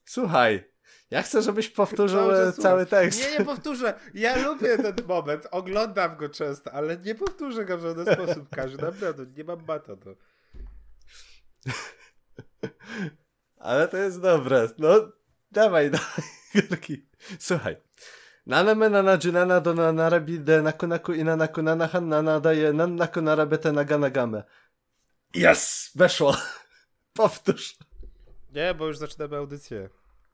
Słuchaj, ja chcę, żebyś powtórzył cały słucham. tekst. Nie powtórzę. Ja lubię ten moment, oglądam go często, ale nie powtórzę go w żaden sposób, Kaziu, naprawdę, nie mam bata to. Ale to jest dobre. No, dawaj. Słuchaj. Naname nanajunana do nanarabi de nakunaku i nanakunana hannana daje nannaku narabete naganagame. Yes! Weszło. Powtórz. Nie, bo już zaczynamy audycję.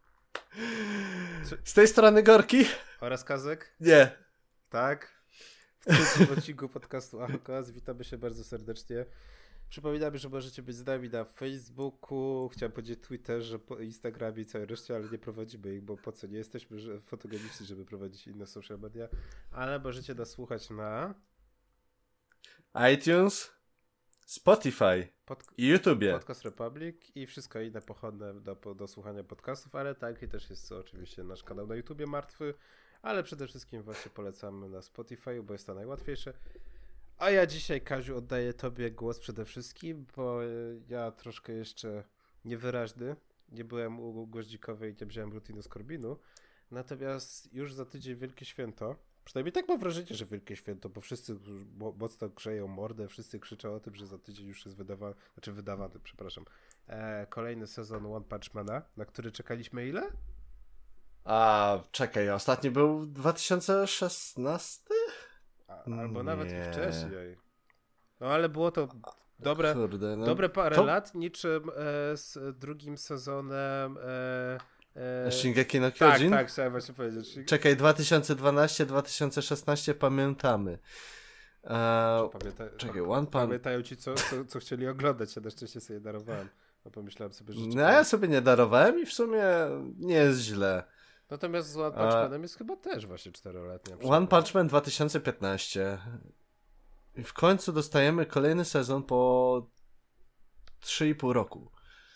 Z tej strony Gorki? Oraz Kazek? Nie. Tak. W trzecim odcinku podcastu Ahokaz. Witamy się bardzo serdecznie. Przypominamy, że możecie być z nami na Facebooku, chciałem powiedzieć Twitterze, Instagramie i całej reszcie, ale nie prowadzimy ich, bo po co? Nie jesteśmy fotogeniczni, żeby prowadzić inne social media, ale możecie nas słuchać na iTunes, Spotify i YouTube. Podcast Republic i wszystko inne pochodne do słuchania podcastów, ale tak i też jest oczywiście nasz kanał na YouTubie martwy, ale przede wszystkim właśnie polecamy na Spotify, bo jest to najłatwiejsze. A ja dzisiaj, Kaziu, oddaję tobie głos przede wszystkim, bo ja troszkę jeszcze niewyraźny. Nie byłem u Goździkowej i nie wziąłem rutiny z Korbinu. Natomiast już za tydzień Wielkie Święto. Przynajmniej tak mam wrażenie, że Wielkie Święto, bo wszyscy mocno grzeją mordę, wszyscy krzyczą o tym, że za tydzień już jest wydawany, kolejny sezon One Punch Mana, na który czekaliśmy ile? A czekaj, ostatni był 2016? Albo nawet i wcześniej. No ale było to Kurde, dobre parę lat, niczym z drugim sezonem Shingeki no Kyojin? Tak, chciałem właśnie powiedzieć. Czekaj, 2012-2016 pamiętamy. Czekaj, One Punch... Pamiętają ci, co chcieli oglądać, ja na szczęście sobie darowałem. No pomyślałem sobie, że... No ja sobie nie darowałem i w sumie nie jest źle. Natomiast z One Punch Manem jest chyba też właśnie 4-letnia. One Punch Man 2015. I w końcu dostajemy kolejny sezon po 3,5 roku.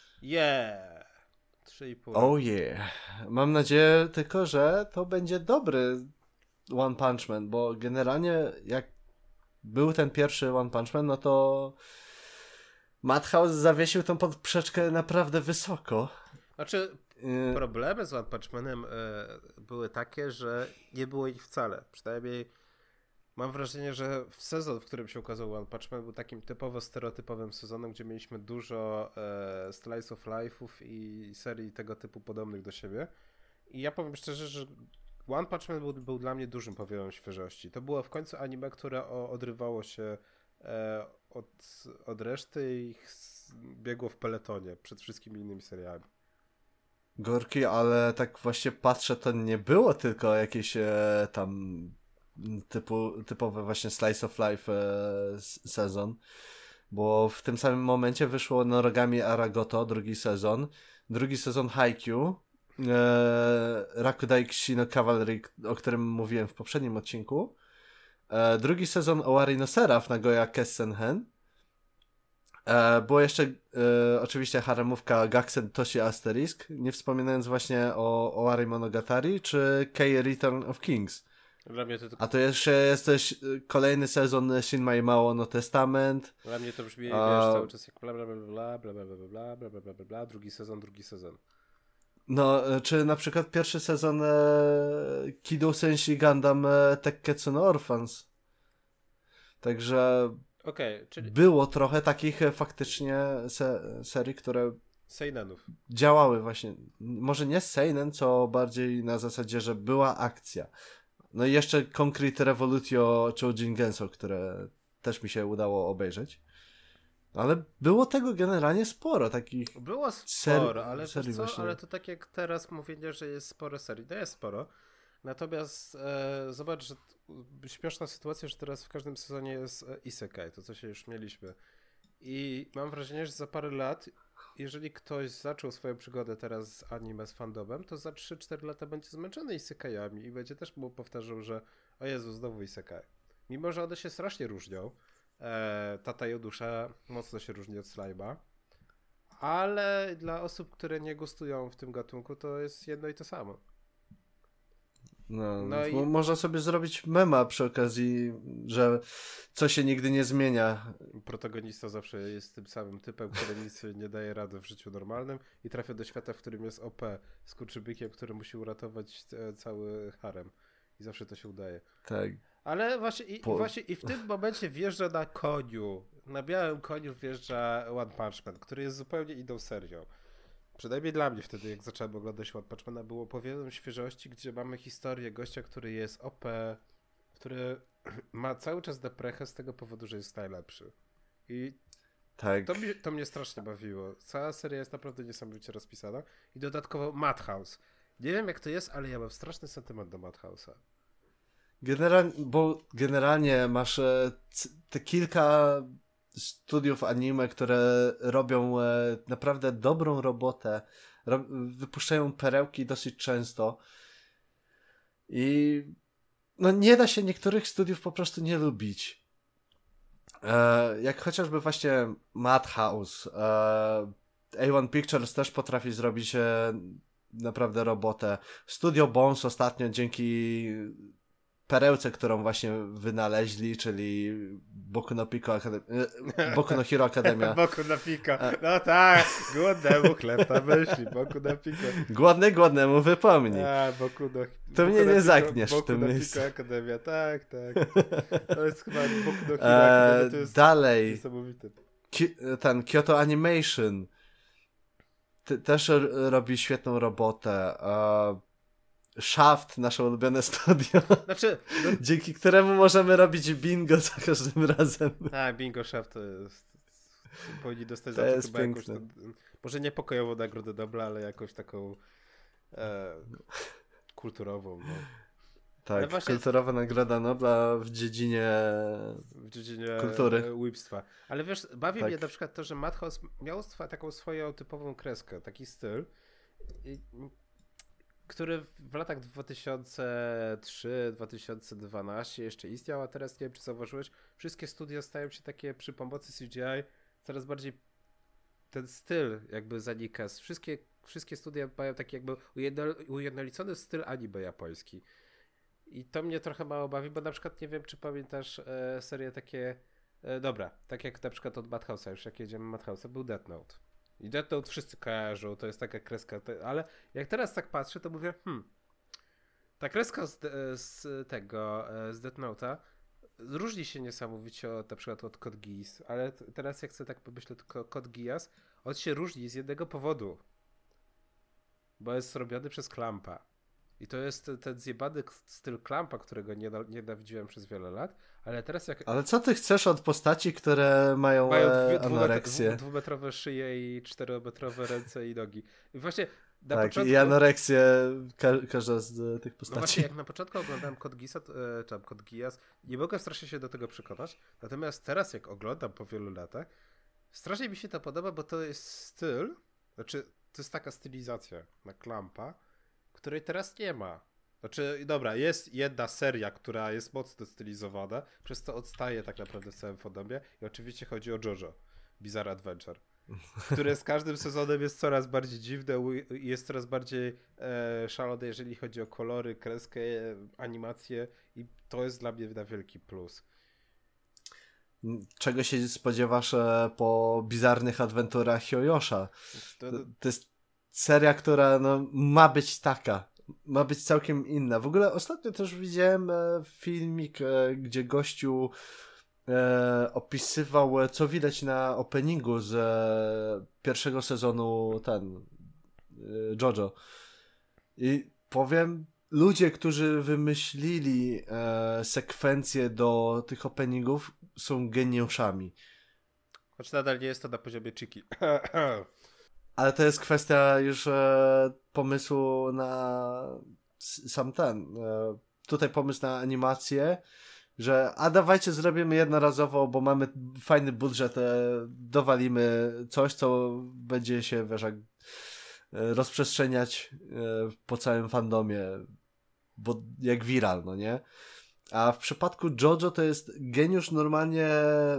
3,5 roku. Oh yeah. Mam nadzieję tylko, że to będzie dobry One Punch Man, bo generalnie jak był ten pierwszy One Punch Man, no to Madhouse zawiesił tą poprzeczkę naprawdę wysoko. Znaczy, problemy z One Punch Manem były takie, że nie było ich wcale. Przynajmniej mam wrażenie, że sezon, w którym się ukazał One Punch Man, był takim typowo stereotypowym sezonem, gdzie mieliśmy dużo slice of life'ów i serii tego typu podobnych do siebie. I ja powiem szczerze, że One Punch Man był dla mnie dużym powiewem świeżości. To było w końcu anime, które odrywało się od reszty i biegło w peletonie przed wszystkimi innymi seriami. Gorki, ale tak właśnie patrzę, to nie było tylko jakieś tam typowe właśnie slice of life sezon, bo w tym samym momencie wyszło Noragami Aragoto, drugi sezon Haikyuu, Rakudai Kishi no Cavalry, o którym mówiłem w poprzednim odcinku, drugi sezon Owari no Seraph Nagoya Kessenhen, było jeszcze oczywiście haremówka Gakusen Toshi Asterisk, nie wspominając właśnie o Owari Monogatari czy Kei Return of Kings. Dla mnie to tylko... A to jeszcze jest też kolejny sezon Shinmai Mao no Testament. Dla mnie to brzmi, wiesz, cały czas jak bla bla bla bla bla bla bla bla bla bla drugi sezon. No, czy na przykład pierwszy sezon Kidou Senshi Gundam Tekketsu no Orphans. Także czyli... było trochę takich faktycznie serii, które seinenów działały właśnie. Może nie seinen, co bardziej na zasadzie, że była akcja. No i jeszcze Concrete Revolutio Choujin Genso, które też mi się udało obejrzeć. Ale było tego generalnie sporo, takich było sporo, ale to tak jak teraz mówienie, że jest sporo serii, to jest sporo. Natomiast zobacz, że śmieszna sytuacja, że teraz w każdym sezonie jest isekai, to co się już mieliśmy. I mam wrażenie, że za parę lat, jeżeli ktoś zaczął swoją przygodę teraz z anime, z fandomem, to za 3-4 lata będzie zmęczony isekaiami i będzie też mu powtarzał, że o Jezu, znowu isekai. Mimo, że one się strasznie różnią. Tata Jodusza mocno się różni od Slime'a, ale dla osób, które nie gustują w tym gatunku, to jest jedno i to samo. No i... Można sobie zrobić mema przy okazji, że co się nigdy nie zmienia. Protagonista zawsze jest tym samym typem, który nic nie daje rady w życiu normalnym i trafia do świata, w którym jest OP, skurczybykiem, który musi uratować cały harem. I zawsze to się udaje. Tak. Ale właśnie i w tym momencie wjeżdża na koniu. Na białym koniu wjeżdża One Punch Man, który jest zupełnie inną serią. Przynajmniej dla mnie wtedy, jak zacząłem oglądać One Punch Mana, było powodem świeżości, gdzie mamy historię gościa, który jest OP, który ma cały czas deprechę z tego powodu, że jest najlepszy. I tak. To mnie strasznie bawiło. Cała seria jest naprawdę niesamowicie rozpisana. I dodatkowo Madhouse. Nie wiem jak to jest, ale ja mam straszny sentyment do Madhouse'a. Generalnie masz te kilka studiów anime, które robią naprawdę dobrą robotę. Wypuszczają perełki dosyć często. I no nie da się niektórych studiów po prostu nie lubić. Jak chociażby właśnie Madhouse. A1 Pictures też potrafi zrobić naprawdę robotę. Studio Bones ostatnio dzięki perełce, którą właśnie wynaleźli, czyli Boku no Pico Boku no Hero Academia. Boku no Pico. No tak, głodnemu chleb na myśli. Boku no Pico. Głodnemu wypomnij. To mnie nie zagniesz w tym miejscu. Boku no Pico Academia, tak. To jest chyba Boku no Hero Academia, to jest dalej. niesamowite. Ten Kyoto Animation też robi świetną robotę. Shaft, nasze ulubione studio. Znaczy, dzięki któremu możemy robić bingo za każdym razem. Tak, bingo Shaft to jest... Powinni dostać to za to jest chyba piękne. jakąś... Może nie pokojową nagrodę Nobla, ale jakąś taką kulturową. No. Tak, właśnie... kulturowa nagroda Nobla w dziedzinie kultury. Łipstwa. Ale wiesz, bawi mnie na przykład to, że Madhouse miał taką swoją typową kreskę, taki styl, który w latach 2003-2012 jeszcze istniał, a teraz nie wiem, czy zauważyłeś, wszystkie studia stają się takie przy pomocy CGI, coraz bardziej ten styl jakby zanika. Wszystkie studia mają taki jakby ujednolicony styl anime japoński. I to mnie trochę mało bawi, bo na przykład nie wiem, czy pamiętasz serię takie, dobra, tak jak na przykład od Madhouse'a, już jak jedziemy Madhouse'a, był Death Note. I Death Note wszyscy kojarzą, to jest taka kreska, ale jak teraz tak patrzę, to mówię, ta kreska z Death Note'a różni się niesamowicie na przykład od Code Geass, ale teraz jak chcę tak pomyśleć, Code Geass, on się różni z jednego powodu, bo jest robiony przez Clampa. I to jest ten zjebany styl Clampa, którego nienawidziłem przez wiele lat, ale teraz jak... Ale co ty chcesz od postaci, które mają anoreksję? Dwumetrowe szyje i 4-metrowe ręce i nogi. I właśnie na tak, początku... i anoreksję każda z tych postaci. No właśnie, jak na początku oglądałem Code Geass, nie mogłem strasznie się do tego przekonać, natomiast teraz jak oglądam po wielu latach, strasznie mi się to podoba, bo to jest styl, znaczy to jest taka stylizacja na Clampa, której teraz nie ma. Znaczy, dobra, jest jedna seria, która jest mocno stylizowana, przez co odstaje tak naprawdę w całym fandomie i oczywiście chodzi o JoJo, Bizarre Adventure, które z każdym sezonem jest coraz bardziej dziwne i jest coraz bardziej szalone, jeżeli chodzi o kolory, kreskę, animację i to jest dla mnie na wielki plus. Czego się spodziewasz po bizarnych adwenturach Hyoyosha? To jest seria, która ma być taka. Ma być całkiem inna. W ogóle ostatnio też widziałem filmik, gdzie gościu opisywał, co widać na openingu z pierwszego sezonu JoJo. I powiem, ludzie, którzy wymyślili sekwencje do tych openingów, są geniuszami. Choć nadal nie jest to na poziomie Chiki. Ale to jest kwestia już pomysłu na sam tutaj pomysł na animację, że dawajcie zrobimy jednorazowo, bo mamy fajny budżet, dowalimy coś, co będzie się, rozprzestrzeniać po całym fandomie, bo jak viral, no nie? A w przypadku JoJo to jest geniusz normalnie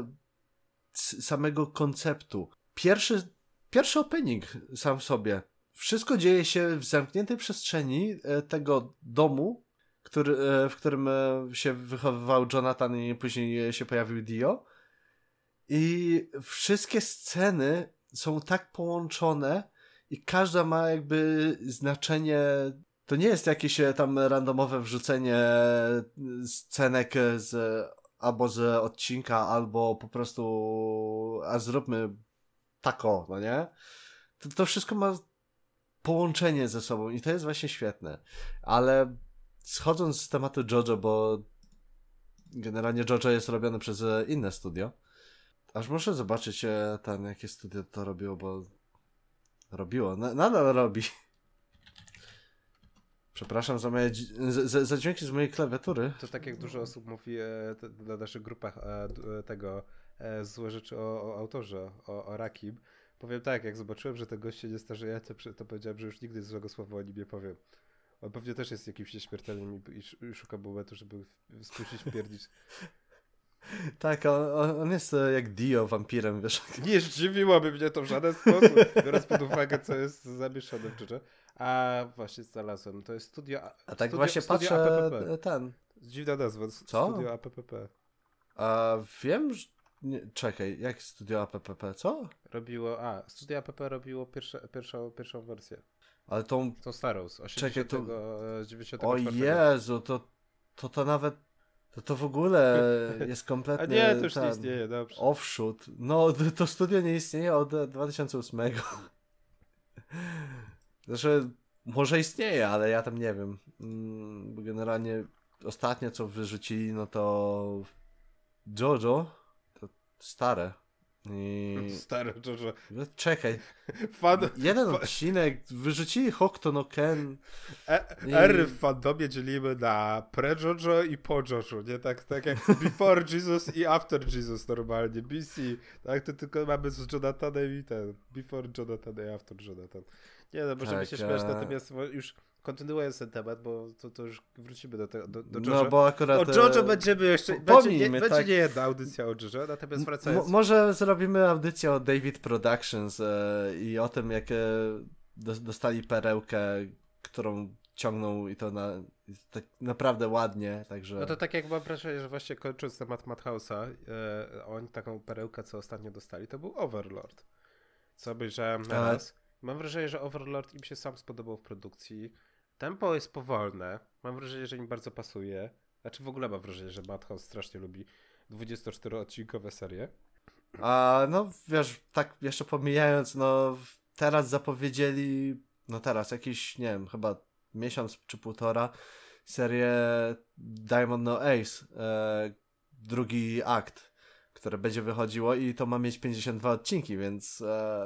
samego konceptu. Pierwszy opening sam w sobie. Wszystko dzieje się w zamkniętej przestrzeni tego domu, w którym się wychowywał Jonathan i później się pojawił Dio. I wszystkie sceny są tak połączone i każda ma jakby znaczenie. To nie jest jakieś tam randomowe wrzucenie scenek albo z odcinka, albo po prostu a zróbmy tako, no nie? To wszystko ma połączenie ze sobą i to jest właśnie świetne. Ale schodząc z tematu JoJo, bo generalnie JoJo jest robione przez inne studio. Aż muszę zobaczyć jakie studio to robiło, bo robiło, nadal robi. Przepraszam za moje za dźwięki z mojej klawiatury. To tak jak dużo osób mówi na naszych grupach złe rzeczy o autorze, o Rakim. Powiem tak, jak zobaczyłem, że ten gość się nie starzeje, to powiedziałem, że już nigdy złego słowa o nim nie powiem. On pewnie też jest jakimś nieśmiertelnym i szuka momentu, żeby spuścić w piernicz. Tak, on jest jak Dio, wampirem, wiesz. Nie zdziwiłoby mnie to w żaden sposób, biorąc pod uwagę, co jest zamieszane w JoJo. A właśnie znalazłem, to jest studio A tak właśnie patrzę, APPP. ten. Dziwna nazwa, Co? studio APPP. Wiem, że... Nie, czekaj, jak studio APPP, co? Studio APP robiło pierwszą wersję. Ale tą starą, z 94. O Jezu, to nawet... To w ogóle jest kompletnie... A nie, to już nie istnieje, dobrze. Offshoot. No, to studio nie istnieje od 2008. Znaczy, może istnieje, ale ja tam nie wiem. Bo generalnie ostatnie, co wyrzucili, no to JoJo, to stare. Stare JoJo. Czekaj. Jeden odcinek, wyrzucili Hokuto no Ken. Ery w fandomie dzielimy na pre-JoJo i po-JoJo, nie? Tak jak before Jesus i after Jesus normalnie, BC. Tak, to tylko mamy z Jonathanem i ten. Before Jonathan i after Jonathan. Nie no, możemy się śmiać, natomiast już kontynuując ten temat, bo to już wrócimy do JoJo. No bo akurat... O JoJo będziemy jeszcze... Będzie nie jedna audycja o JoJo, natomiast wracając... Może zrobimy audycję o David Productions i o tym, jak dostali perełkę, którą ciągną i to tak naprawdę ładnie, także... No to tak jak mam wrażenie, że właśnie kończąc temat Madhouse'a, oni taką perełkę, co ostatnio dostali, to był Overlord. Co obejrzałem na raz. Mam wrażenie, że Overlord im się sam spodobał w produkcji. Tempo jest powolne. Mam wrażenie, że im bardzo pasuje. Znaczy w ogóle mam wrażenie, że Madhouse strasznie lubi 24-odcinkowe serie. No wiesz, tak jeszcze pomijając, no teraz zapowiedzieli, no teraz jakiś, nie wiem, chyba miesiąc czy półtora, serię Diamond No Ace, drugi akt, które będzie wychodziło i to ma mieć 52 odcinki, więc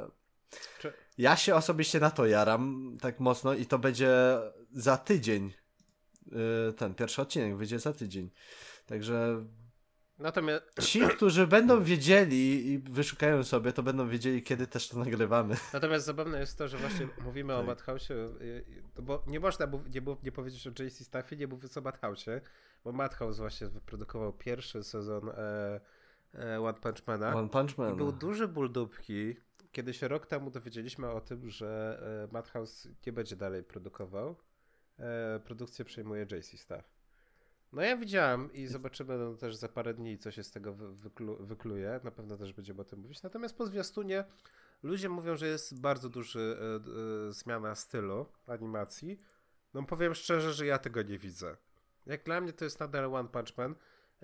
ja się osobiście na to jaram tak mocno i to będzie za tydzień. Ten pierwszy odcinek wyjdzie za tydzień. Także natomiast ci, którzy będą wiedzieli i wyszukają sobie, to będą wiedzieli, kiedy też to nagrywamy. Natomiast zabawne jest to, że właśnie mówimy o Madhouse'ie, bo nie można nie powiedzieć o JC Staffie, nie mówiąc o Madhouse'ie, bo Madhouse właśnie wyprodukował pierwszy sezon One Punch Mana. One Punch Man. I był duży ból dupki, kiedy się rok temu dowiedzieliśmy o tym, że Madhouse nie będzie dalej produkował. Produkcję przejmuje JC Staff. No ja widziałem i zobaczymy też za parę dni, co się z tego wykluje. Na pewno też będziemy o tym mówić. Natomiast po zwiastunie ludzie mówią, że jest bardzo duży zmiana stylu animacji. No powiem szczerze, że ja tego nie widzę. Jak dla mnie to jest nadal One Punch Man,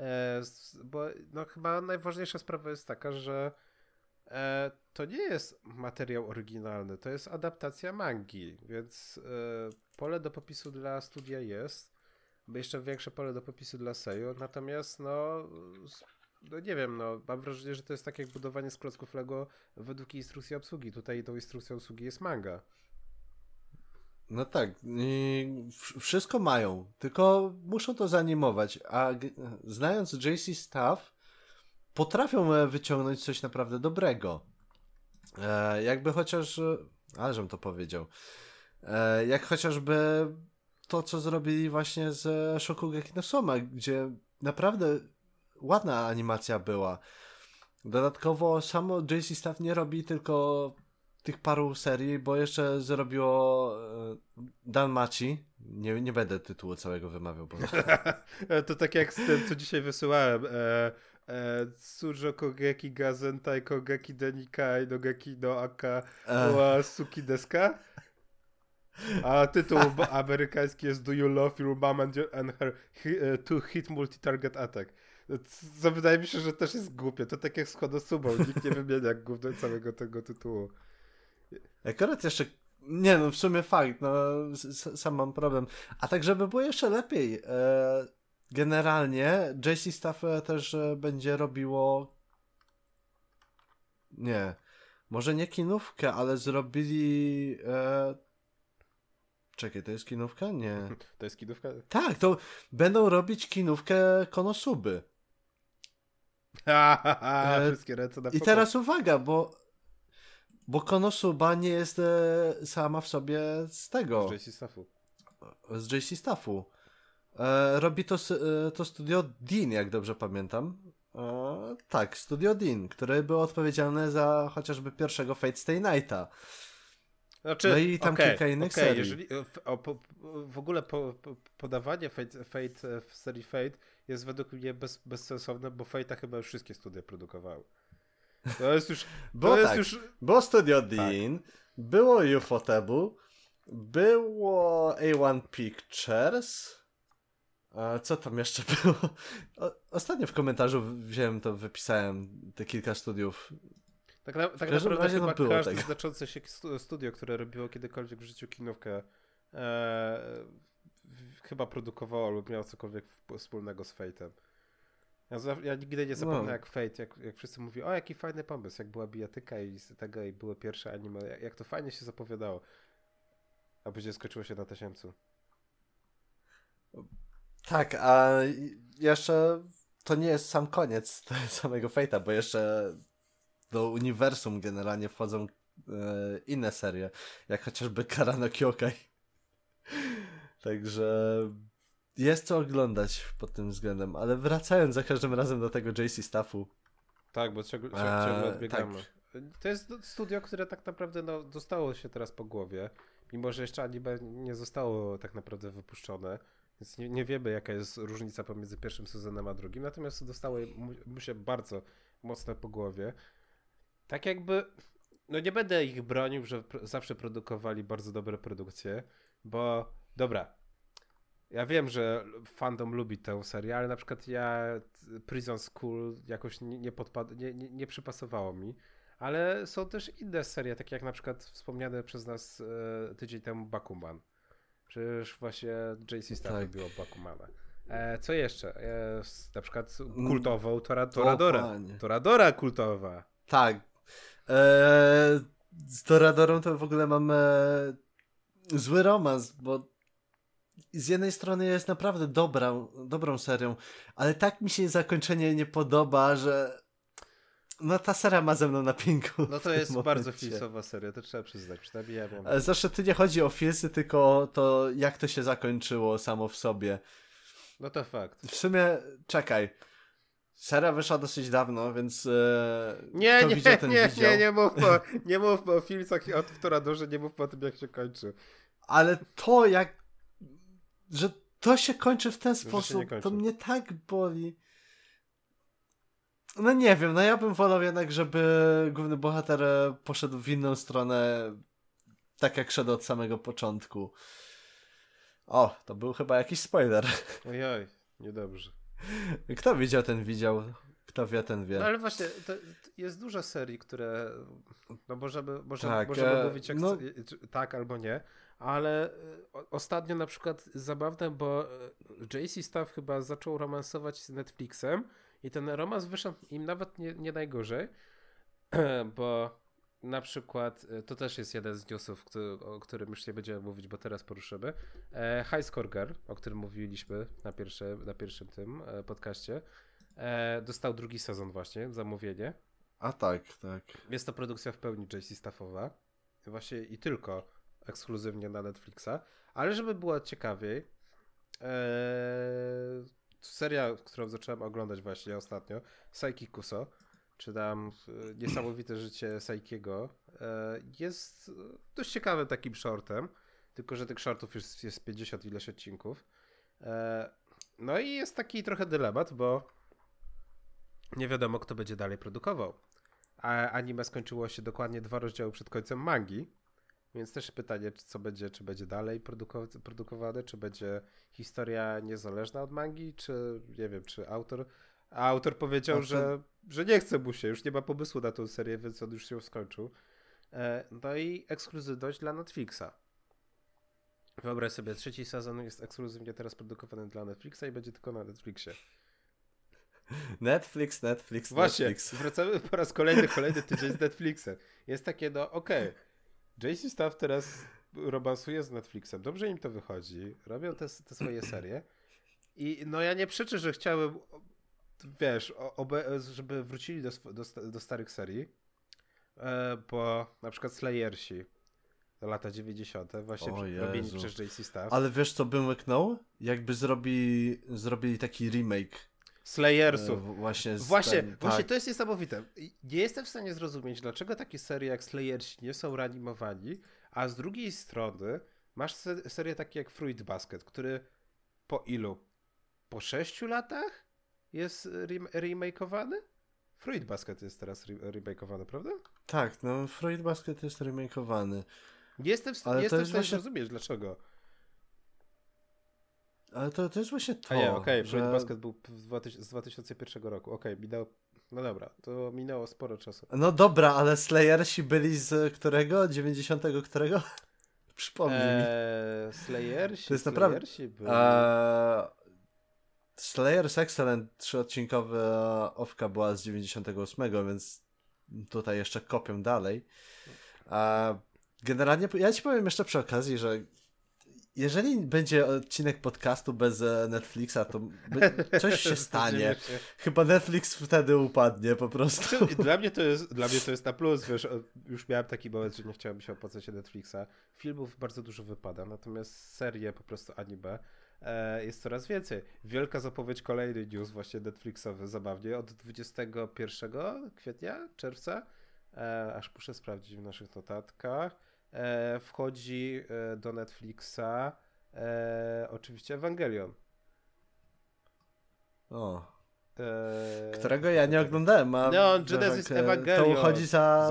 bo no chyba najważniejsza sprawa jest taka, że to nie jest materiał oryginalny, to jest adaptacja mangi, więc pole do popisu dla studia jest, jeszcze większe pole do popisu dla Seiyu, natomiast no nie wiem, no mam wrażenie, że to jest tak jak budowanie z klocków Lego według instrukcji obsługi. Tutaj tą instrukcją obsługi jest manga. No tak, wszystko mają, tylko muszą to zanimować, a znając JC Staff, potrafią wyciągnąć coś naprawdę dobrego. Jakby chociaż, ale żebym to powiedział, jak chociażby to, co zrobili właśnie z Shokugeki no Soma, gdzie naprawdę ładna animacja była. Dodatkowo samo JC Staff nie robi tylko tych paru serii, bo jeszcze zrobiło Dan Machi. Nie będę tytułu całego wymawiał, bo... To tak jak z tym, co dzisiaj wysyłałem. Tsujo Kogeki Gazentai Kogeki Denikai no Geki no Aka wa Suki Deska. A tytuł amerykański jest Do You Love Your Mom and Her Two Hit Multi-Target Attack. Co wydaje mi się, że też jest głupie. To tak jak z Konosubą. Nikt nie wymienia głównie całego tego tytułu. Akurat jeszcze... Nie no, w sumie fakt, no sam mam problem. A tak, żeby było jeszcze lepiej, generalnie JC Staff też będzie robiło... Nie, może nie kinówkę, ale zrobili... Czekaj, to jest kinówka? Nie. To jest kinówka? Tak, to będą robić kinówkę Konosuby. Wszystkie ręce na I teraz uwaga, bo Konosuba nie jest sama w sobie z tego. Z JC Staffu. Z JC Staffu. Robi to studio Dean, jak dobrze pamiętam. Tak, studio Dean, które było odpowiedzialne za chociażby pierwszego Fate Stay Nighta. Znaczy, no i tam kilka innych serii. Jeżeli, w ogóle podawanie Fate w serii Fate jest według mnie bezsensowne, bo Fate'a chyba już wszystkie studia produkowały. To jest już... Było Studio Dean, tak. Było Ufotable, było A1 Pictures. Co tam jeszcze było? Ostatnio w komentarzu wypisałem te kilka studiów. Tak naprawdę chyba każde znaczące się studio, które robiło kiedykolwiek w życiu kinówkę, chyba produkowało lub miało cokolwiek wspólnego z Fate'em. Ja nigdy nie zapomnę jak Fate, jak wszyscy mówili, o jaki fajny pomysł, jak była bijatyka i z tego i były pierwsze anime, jak to fajnie się zapowiadało. A później skończyło się na 1000. Tak, a jeszcze to nie jest sam koniec samego Fate'a, bo jeszcze do uniwersum generalnie wchodzą inne serie, jak chociażby Karano Kyokai. Także jest co oglądać pod tym względem, ale wracając za każdym razem do tego JC Staffu. Tak, bo ciągle odbiegamy. Tak. To jest studio, które tak naprawdę dostało się teraz po głowie, mimo że jeszcze anime nie zostało tak naprawdę wypuszczone, więc nie wiemy jaka jest różnica pomiędzy pierwszym sezonem a drugim, natomiast dostało mu się bardzo mocno po głowie. Tak jakby, nie będę ich bronił, że zawsze produkowali bardzo dobre produkcje, bo dobra, ja wiem, że fandom lubi tę serię, ale na przykład Prison School jakoś nie przypasowało mi, ale są też inne serie, takie jak na przykład wspomniane przez nas tydzień temu Bakuman. Przecież właśnie JC Staff robiło Bakumana. Co jeszcze? Na przykład kultową Toradora kultowa. Tak. Z Toradorą to w ogóle mam zły romans, bo z jednej strony jest naprawdę dobrą serią, ale tak mi się zakończenie nie podoba, że ta seria ma ze mną na pinku. No to jest bardzo filsowa seria, to trzeba przyznać. Przynajmniej ja wiem. Zawsze tu nie chodzi o filsy, tylko to jak to się zakończyło samo w sobie. No to fakt. W sumie, czekaj. Seria wyszła dosyć dawno, więc nie mówmy o filmach w Toradorze, nie mówmy o tym, jak się kończy. Ale że to się kończy w ten sposób, to mnie tak boli. No nie wiem, ja bym wolał jednak, żeby główny bohater poszedł w inną stronę, tak jak szedł od samego początku. O, to był chyba jakiś spoiler. Ojoj, niedobrze. Kto widział, ten widział. Kto wie, ten wie. No ale właśnie, to jest dużo serii, które możemy mówić jak tak albo nie, ale ostatnio na przykład zabawne, bo JC Staff chyba zaczął romansować z Netflixem i ten romans wyszedł im nawet nie najgorzej, bo na przykład, to też jest jeden z newsów, o którym już nie będziemy mówić, bo teraz poruszymy. High Score Girl, o którym mówiliśmy na pierwszym tym podcaście, dostał drugi sezon właśnie, zamówienie. A tak. Jest to produkcja w pełni JC Staffowa. Właśnie i tylko ekskluzywnie na Netflixa. Ale żeby było ciekawiej, seria, którą zacząłem oglądać właśnie ostatnio, Saiki Kuso, czy tam Niesamowite życie Saikiego, jest dość ciekawym takim shortem, tylko że tych shortów jest 50 ileś odcinków. No i jest taki trochę dylemat, bo nie wiadomo, kto będzie dalej produkował. A anime skończyło się dokładnie 2 rozdziały przed końcem mangi, więc też pytanie, czy będzie dalej produkowane, czy będzie historia niezależna od mangi, czy nie wiem, czy autor... A autor powiedział, że nie chce mu się, już nie ma pomysłu na tą serię, więc on już się skończył. No i ekskluzywność dla Netflixa. Wyobraź sobie, 3. sezon jest ekskluzywnie teraz produkowany dla Netflixa i będzie tylko na Netflixie. Netflix. Właśnie, Netflix. wracamy po raz kolejny tydzień z Netflixem. Jest takie, no okej, JC Staff teraz romansuje z Netflixem, dobrze im to wychodzi, robią te swoje serie i no ja nie przeczę, że chciałem, wiesz, żeby wrócili do starych serii, bo na przykład Slayersi lata 90. właśnie robieni przez JC Staff. Ale wiesz co bym łyknął? Jakby zrobili taki remake Slayersów. Właśnie, tak. To jest niesamowite. Nie jestem w stanie zrozumieć, dlaczego takie serie jak Slayersi nie są reanimowani, a z drugiej strony masz serię takie jak Fruit Basket, który po ilu? Po 6 latach jest remakeowany? Fruit Basket jest teraz remakeowany, prawda? Tak, no Fruit Basket jest remakeowany. Nie jestem w stanie zrozumieć, dlaczego. Ale to jest właśnie to, okej, że... Fruit Basket był z 2001 roku. Okej, minęło... No dobra, to minęło sporo czasu. No dobra, ale Slayersi byli z którego? 90 którego? Przypomnij mi. Slayersi? To jest naprawdę... byli... Slayers Excellent 3-odcinkowa owka była z 98, więc tutaj jeszcze kopią dalej. Generalnie ja ci powiem jeszcze przy okazji, że jeżeli będzie odcinek podcastu bez Netflixa, to coś się stanie. Chyba Netflix wtedy upadnie po prostu. Dla mnie to jest na plus, wiesz, już miałem taki moment, że nie chciałem się opłacać się Netflixa. Filmów bardzo dużo wypada, natomiast serie po prostu anime jest coraz więcej. Wielka zapowiedź, kolejny news właśnie Netflixowy, zabawnie, od 21 kwietnia, czerwca, aż muszę sprawdzić w naszych notatkach, wchodzi do Netflixa oczywiście Evangelion. Którego ja nie oglądałem. No, Genesis Evangelion. To uchodzi za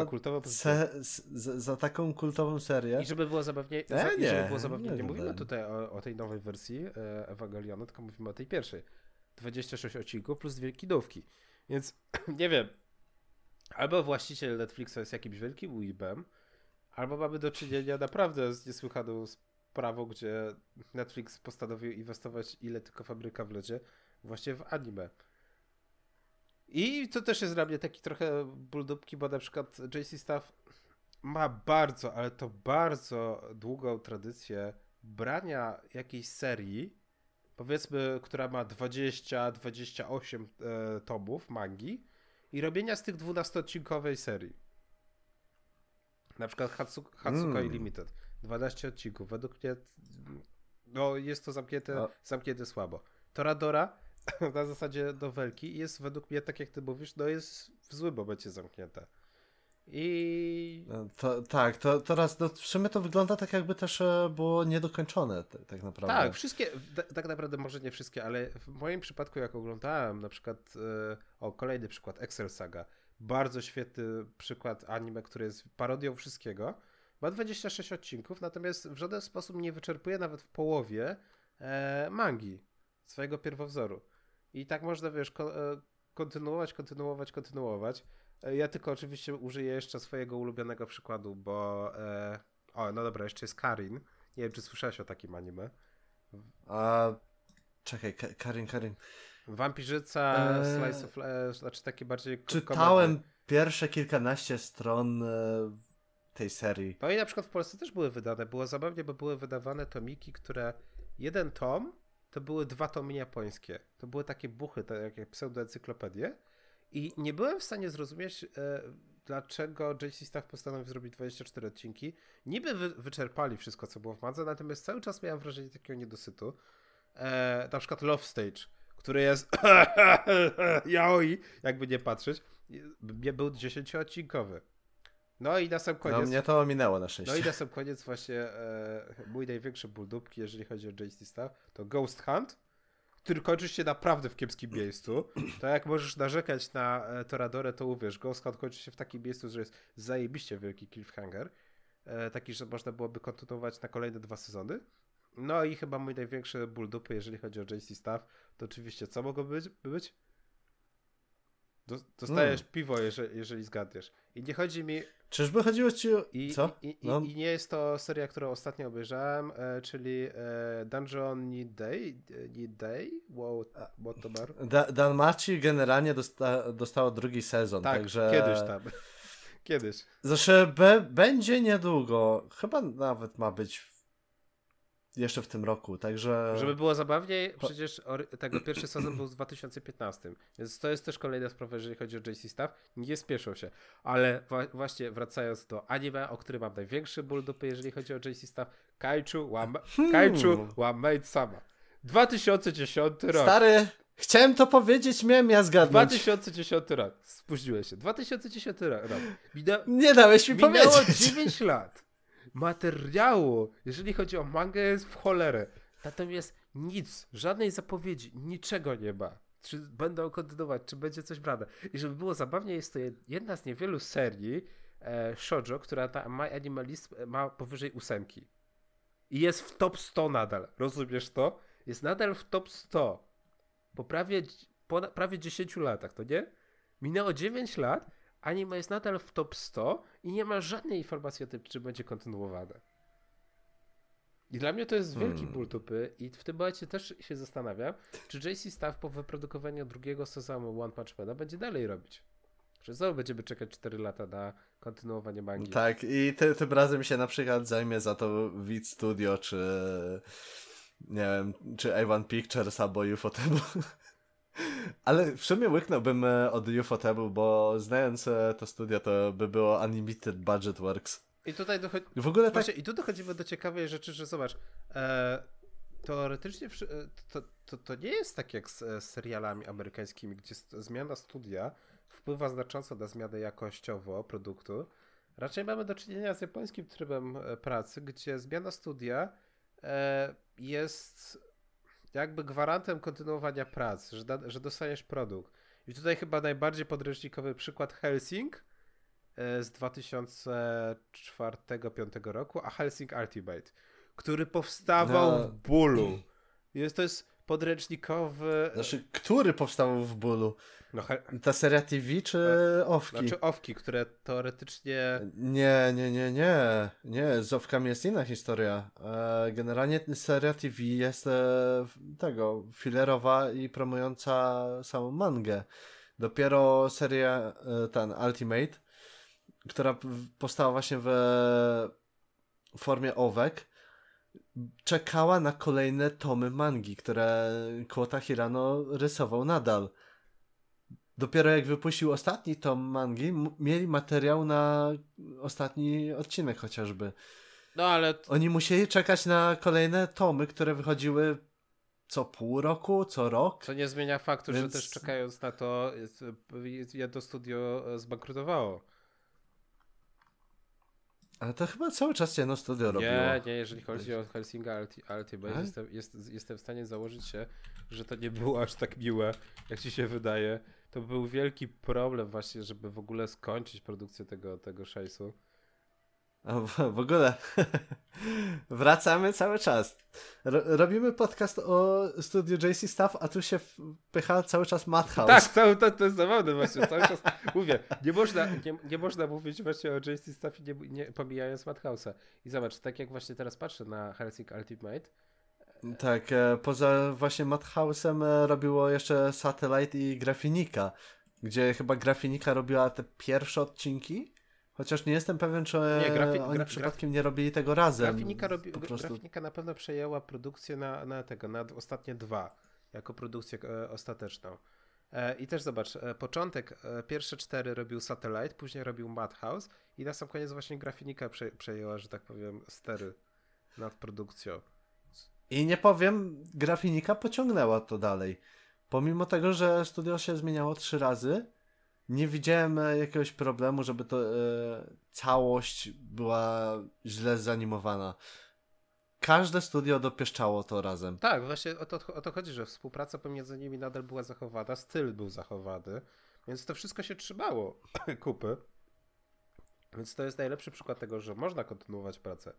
taką kultową serię. I żeby było zabawniej, nie mówimy tutaj o tej nowej wersji Ewangelionu, tylko mówimy o tej pierwszej. 26 odcinków plus 2 kidówki. Więc nie wiem, albo właściciel Netflixa jest jakimś wielkim weebem, albo mamy do czynienia naprawdę z niesłychaną sprawą, gdzie Netflix postanowił inwestować ile tylko fabryka wlezie właśnie w anime. I to też jest dla mnie taki trochę ból dupki, bo na przykład JC Staff ma bardzo, ale to bardzo długą tradycję brania jakiejś serii, powiedzmy, która ma 20-28 tomów mangi i robienia z tych 12-odcinkowej serii. Na przykład Hatsukoi Limited. 12 odcinków. Według mnie no, jest to zamknięte słabo. Toradora na zasadzie nowelki jest według mnie, tak jak ty mówisz, no jest w złym momencie zamknięte. I... To teraz no, w sumie to wygląda tak, jakby też było niedokończone tak naprawdę. Tak, wszystkie, tak naprawdę może nie wszystkie, ale w moim przypadku jak oglądałem na przykład, kolejny przykład, Excel Saga, bardzo świetny przykład anime, który jest parodią wszystkiego, ma 26 odcinków, natomiast w żaden sposób nie wyczerpuje nawet w połowie mangi, swojego pierwowzoru. I tak można, wiesz, kontynuować. Ja tylko oczywiście użyję jeszcze swojego ulubionego przykładu, bo... no dobra, jeszcze jest Karin. Nie wiem, czy słyszałeś o takim anime. Czekaj, Karin. Wampirzyca, slice of life, znaczy takie bardziej... Czytałem pierwsze kilkanaście stron tej serii. No i na przykład w Polsce też były wydane. Było zabawnie, bo były wydawane tomiki, które... Jeden tom to były 2 tomy japońskie. To były takie buchy, takie pseudoencyklopedie. I nie byłem w stanie zrozumieć, dlaczego JC Staff postanowił zrobić 24 odcinki. Niby wyczerpali wszystko, co było w mandze, natomiast cały czas miałem wrażenie takiego niedosytu. Na przykład Love Stage, który jest yaoi, jakby nie patrzeć. Nie był 10-odcinkowy. No i na sam No koniec... mnie to ominęło na szczęście. No i na sam koniec właśnie mój największy ból dupki, jeżeli chodzi o JC Staff, to Ghost Hunt, który kończy się naprawdę w kiepskim miejscu. To jak możesz narzekać na Toradorę, to uwierz, Ghost Hunt kończy się w takim miejscu, że jest zajebiście wielki cliffhanger. Taki, że można byłoby kontynuować na kolejne 2 sezony. No i chyba mój największy ból dupy, jeżeli chodzi o JC Staff, to oczywiście co mogło być? Dostajesz piwo, jeżeli zgadniesz. I nie chodzi mi... Czyżby chodziło ci o... Co? I nie jest to seria, którą ostatnio obejrzałem, czyli Dungeon Need Day? Wow, what to bar? Danmachi generalnie dostało drugi sezon, Tak, także... kiedyś tam. Kiedyś. Znaczy, będzie niedługo. Chyba nawet ma być jeszcze w tym roku, także... Żeby było zabawniej, przecież tego pierwszy sezon był w 2015, więc to jest też kolejna sprawa, jeżeli chodzi o JC Staff. Nie spieszą się, ale właśnie wracając do anime, o którym mam największy ból dupy, jeżeli chodzi o JC Staff, Kaiju wa Maid Sama. 2010 rok. Stary, chciałem to powiedzieć, miałem ja zgadnąć. 2010 rok. Spóźniłeś się. 2010 rok. Nie dałeś mi minęło powiedzieć. 9 lat. Materiału, jeżeli chodzi o mangę, jest w cholerę. Natomiast nic, żadnej zapowiedzi, niczego nie ma. Czy będą kontynuować, czy będzie coś brane. I żeby było zabawnie, jest to jedna z niewielu serii shoujo, która na My Animalist ma powyżej 8. I jest w top 100 nadal. Rozumiesz to? Jest nadal w top 100. Po prawie 10 latach, to nie? Minęło 9 lat, anime jest nadal w top 100 i nie ma żadnej informacji o tym, czy będzie kontynuowane. I dla mnie to jest wielki ból dupy i w tym momencie też się zastanawiam, czy JC Staff po wyprodukowaniu drugiego sezonu One Punch Mana będzie dalej robić. Czy znowu będziemy czekać 4 lata na kontynuowanie mangi. Tak, i tym razem się na przykład zajmie za to Vid Studio, czy nie wiem, czy A1 Pictures albo Ufotable. Ale w sumie łyknąłbym od Ufotable, bo znając to studio, to by było Unlimited Budget Works. I tutaj w ogóle właśnie, i tu dochodzimy do ciekawej rzeczy, że zobacz, teoretycznie to nie jest tak jak z serialami amerykańskimi, gdzie zmiana studia wpływa znacząco na zmianę jakościowo produktu. Raczej mamy do czynienia z japońskim trybem pracy, gdzie zmiana studia jest jakby gwarantem kontynuowania prac, że dostaniesz produkt. I tutaj chyba najbardziej podręcznikowy przykład Hellsing z 2004-2005 roku, a Hellsing Ultimate, który powstawał w bólu. To jest podręcznikowy... Znaczy, który powstał w bólu? No, ta seria TV czy Owki? Znaczy Owki, które teoretycznie... Nie, z Owkami jest inna historia. Generalnie seria TV jest filerowa i promująca samą mangę. Dopiero seria Ultimate, która powstała właśnie w formie Owek, czekała na kolejne tomy mangi, które Kota Hirano rysował nadal. Dopiero jak wypuścił ostatni tom mangi, mieli materiał na ostatni odcinek chociażby. No ale... Oni musieli czekać na kolejne tomy, które wychodziły co pół roku, co rok. Co nie zmienia faktu, że też czekając na to jedno studio zbankrutowało. Ale to chyba cały czas jedno studio robiło. Nie, jeżeli chodzi o Helsinga Ultimate, jestem w stanie założyć się, że to nie było aż tak miłe, jak ci się wydaje. To był wielki problem właśnie, żeby w ogóle skończyć produkcję tego szajsu. A w ogóle wracamy cały czas. Robimy podcast o studiu JC Staff, a tu się wpycha cały czas Madhouse. Tak, to jest zabawne właśnie. Cały czas mówię, nie można mówić właśnie o JC Staffie nie pomijając Madhouse'a. I zobacz, tak jak właśnie teraz patrzę na Hellsing Ultimate. Tak, poza właśnie Madhouse'em robiło jeszcze Satellite i Grafinika, gdzie chyba Grafinika robiła te pierwsze odcinki. Chociaż nie jestem pewien, czy oni przypadkiem nie robili tego razem. Grafinika na pewno przejęła produkcję na ostatnie 2, jako produkcję ostateczną. I też zobacz, początek, pierwsze 4 robił Satellite, później robił Madhouse i na sam koniec właśnie Grafinika przejęła, że tak powiem, stery nad produkcją. I nie powiem, Grafinika pociągnęła to dalej. Pomimo tego, że studio się zmieniało 3 razy nie widziałem jakiegoś problemu, żeby to całość była źle zanimowana. Każde studio dopieszczało to razem. Tak, właśnie o to chodzi, że współpraca pomiędzy nimi nadal była zachowana, styl był zachowany, więc to wszystko się trzymało kupy. Więc to jest najlepszy przykład tego, że można kontynuować pracę.